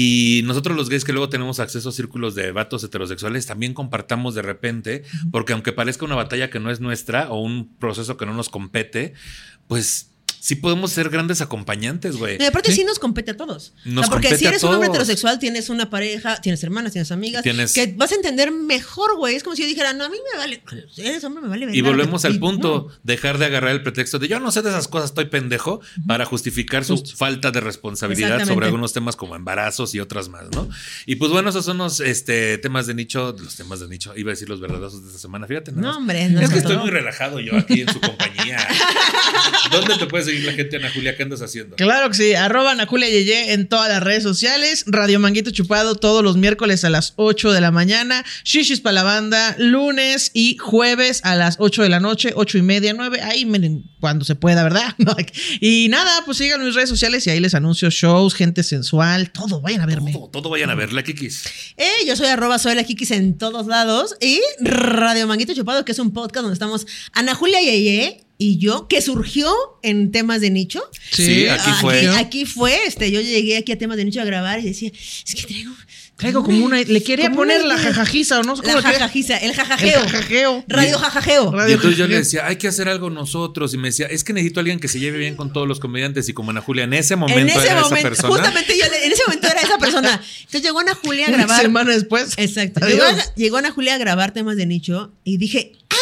Y nosotros los gays que luego tenemos acceso a círculos de vatos heterosexuales, también compartamos de repente, porque aunque parezca una batalla que no es nuestra o un proceso que no nos compete, pues sí podemos ser grandes acompañantes, güey. Y aparte sí. Sí. nos compete a todos. Nos O sea, porque compete si a eres un hombre todos. heterosexual, tienes una pareja, tienes hermanas, tienes amigas, Tienes- que vas a entender mejor, güey. Es como si yo dijera, no, a mí me vale, si eres hombre, me vale verga Y lo que- volvemos al y punto, no. dejar de agarrar el pretexto de yo no sé de esas cosas, estoy pendejo, para justificar su Justo. falta de responsabilidad Exactamente. sobre algunos temas como embarazos y otras más, ¿no? Y pues bueno, esos son los este, temas de nicho, los temas de nicho, iba a decir los verdaderos de esta semana, fíjate. nada No, más. hombre, no es que tanto, estoy no. muy relajado yo aquí en su compañía. ¿Dónde te puedes seguir la gente, Ana Julia? ¿Qué andas haciendo? Claro que sí, arroba Ana Julia Yeye en todas las redes sociales. Radio Manguito Chupado todos los miércoles a las ocho de la mañana. Shishis para la banda, lunes y jueves a las ocho de la noche, ocho y media, nueve. Ahí miren, cuando se pueda, ¿verdad? Y nada, pues sigan mis redes sociales y ahí les anuncio shows, gente sensual, todo. Vayan a verme. Todo, todo vayan a verla, Kikis. Eh, yo soy arroba soy la Kikis en todos lados. Y Radio Manguito Chupado, que es un podcast donde estamos Ana Julia Yeye y yo, que surgió en temas de nicho. Sí, sí aquí fue. Aquí, aquí fue, este, yo llegué aquí a temas de nicho a grabar y decía, es que traigo... Traigo como una... Le quería como poner una, la jajajiza o no sé cómo. La jajajiza, el jajajeo. El jajajeo. Radio jajajeo. Y entonces yo le decía, hay que hacer algo nosotros. Y me decía, es que necesito a alguien que se lleve bien con todos los comediantes. Y como Ana Julia en ese momento en ese era momento, esa persona. Justamente yo le, en ese momento era esa persona. Entonces llegó Ana Julia a grabar. Una semana después. Exacto. Llegó, llegó Ana Julia a grabar temas de nicho y dije, ¡ah!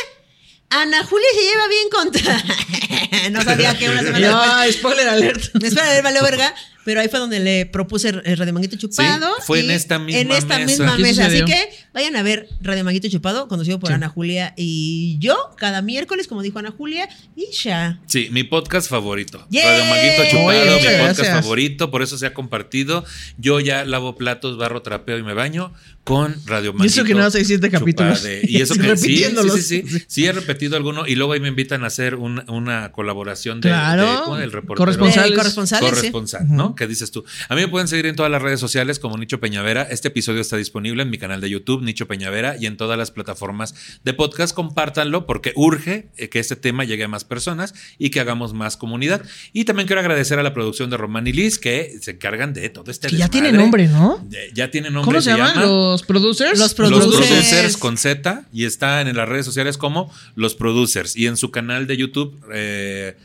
Ana Julia se lleva bien contra... No sabía que una semana no, después... spoiler alert. Me espera, valió verga. Pero ahí fue donde le propuse el Radio Manguito Chupado. Sí, fue en esta misma En esta mesa. misma ¿Qué mesa. Así sucedió? que vayan a ver Radio Manguito Chupado, conducido por Sí. Ana Julia y yo, cada miércoles, como dijo Ana Julia, y ya. Sí, mi podcast favorito. ¡Yay! Radio Manguito Chupado, Oye, mi muchas podcast gracias. favorito, por eso se ha compartido. Yo ya lavo platos, barro, trapeo y me baño con Radio Manguito. Y eso que no hace siete capítulos. Chupade. Y eso que sí, sí, Repitiéndolos. sí, sí, sí, he repetido alguno y luego ahí me invitan a hacer un- una colaboración de, Claro. de- ¿cómo? del reportero. Corresponsales. Eh, corresponsales, sí. Corresponsal, ¿no? ¿Qué dices tú? A mí me pueden seguir en todas las redes sociales como Nicho Peñavera. Este episodio está disponible en mi canal de YouTube, Nicho Peñavera, y en todas las plataformas de podcast. Compártanlo porque urge eh, que este tema llegue a más personas y que hagamos más comunidad. Y también quiero agradecer a la producción de Román y Liz que se encargan de todo este Que ya desmadre. tiene nombre, ¿no? Eh, Ya tiene nombre. ¿Cómo se, llaman? llama ¿Los producers? Los Los Producers. Producers con Z y están en las redes sociales como Los Producers y en su canal de YouTube eh,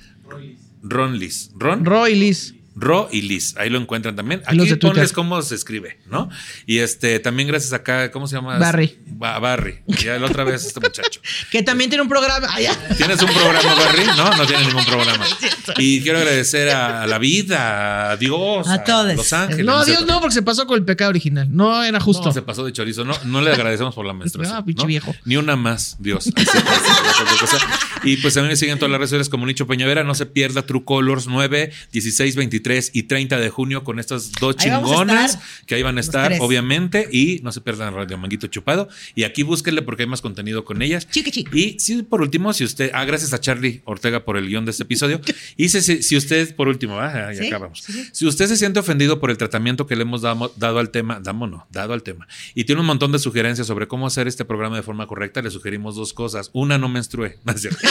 Ron Liz. Ron Roy Liz. Ro y Liz, ahí lo encuentran también. Y los Aquí de Twitter. ponles cómo se escribe, ¿no? Y este también gracias acá, ¿cómo se llama? Barry. Ba- Barry. Ya la otra vez este muchacho. Que también tiene un programa. Ah, ya. ¿Tienes un programa, Barry? No, no tiene ningún programa. Y quiero agradecer a la vida, a Dios, A todos. Los Ángeles. No, es Dios cierto. no, porque se pasó con el pecado original. No era justo. No, se pasó de chorizo. No, no le agradecemos por la menstruación. Ah, pinche ¿no? viejo. Ni una más, Dios. Así, así, cualquier cosa. Y pues también me siguen todas las redes sociales como Nicho Peñavera. No se pierda True Colors nueve, dieciséis, veintitrés y treinta de junio con estas dos Ahí vamos a chingonas estar. que ahí van a Los estar, tres. obviamente. Y no se pierdan Radio Manguito Chupado. Y aquí búsquenle porque hay más contenido con ellas. Chiqui, chiqui. Y sí, por último, si usted. Ah, gracias a Charlie Ortega por el guión de este episodio. Y si, si usted, por último, ah, ya Sí, acabamos. sí, sí. Si usted se siente ofendido por el tratamiento que le hemos dado, dado al tema, dámonos, dado al tema, y tiene un montón de sugerencias sobre cómo hacer este programa de forma correcta, le sugerimos dos cosas. Una, no menstrue. No es cierto.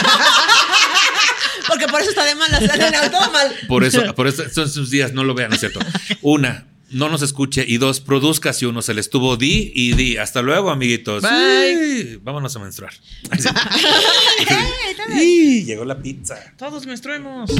Porque por eso está de malas. Todo mal. Por eso, por eso, estos sus días no lo vean, ¿no es cierto? Una, no nos escuche. Y dos, produzca si uno se le estuvo di y di. Hasta luego, amiguitos. Bye. Uy, vámonos a menstruar. Y llegó la pizza. Todos menstruemos.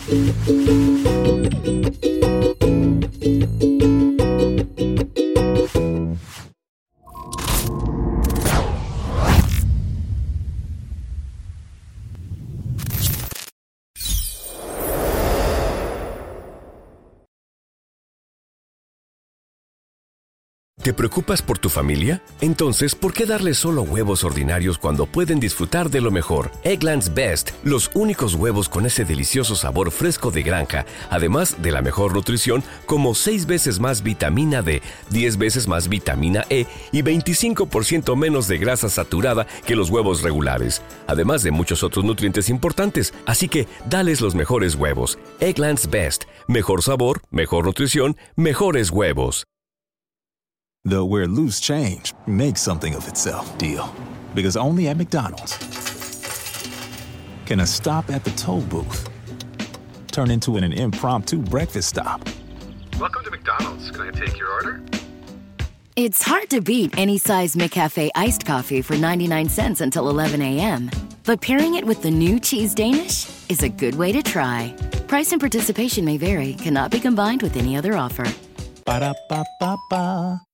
¿Te preocupas por tu familia? Entonces, ¿por qué darles solo huevos ordinarios cuando pueden disfrutar de lo mejor? Eggland's Best, los únicos huevos con ese delicioso sabor fresco de granja, además de la mejor nutrición, como seis veces más vitamina D, diez veces más vitamina E y veinticinco por ciento menos de grasa saturada que los huevos regulares, además de muchos otros nutrientes importantes. Así que, dales los mejores huevos. Eggland's Best, mejor sabor, mejor nutrición, mejores huevos. The where loose change makes something of itself deal. Because only at McDonald's can a stop at the toll booth turn into an impromptu breakfast stop. Welcome to McDonald's. Can I take your order? It's hard to beat any size McCafe iced coffee for ninety-nine cents until eleven a.m. But pairing it with the new Cheese Danish is a good way to try. Price and participation may vary, cannot be combined with any other offer. Ba-da-ba-ba-ba.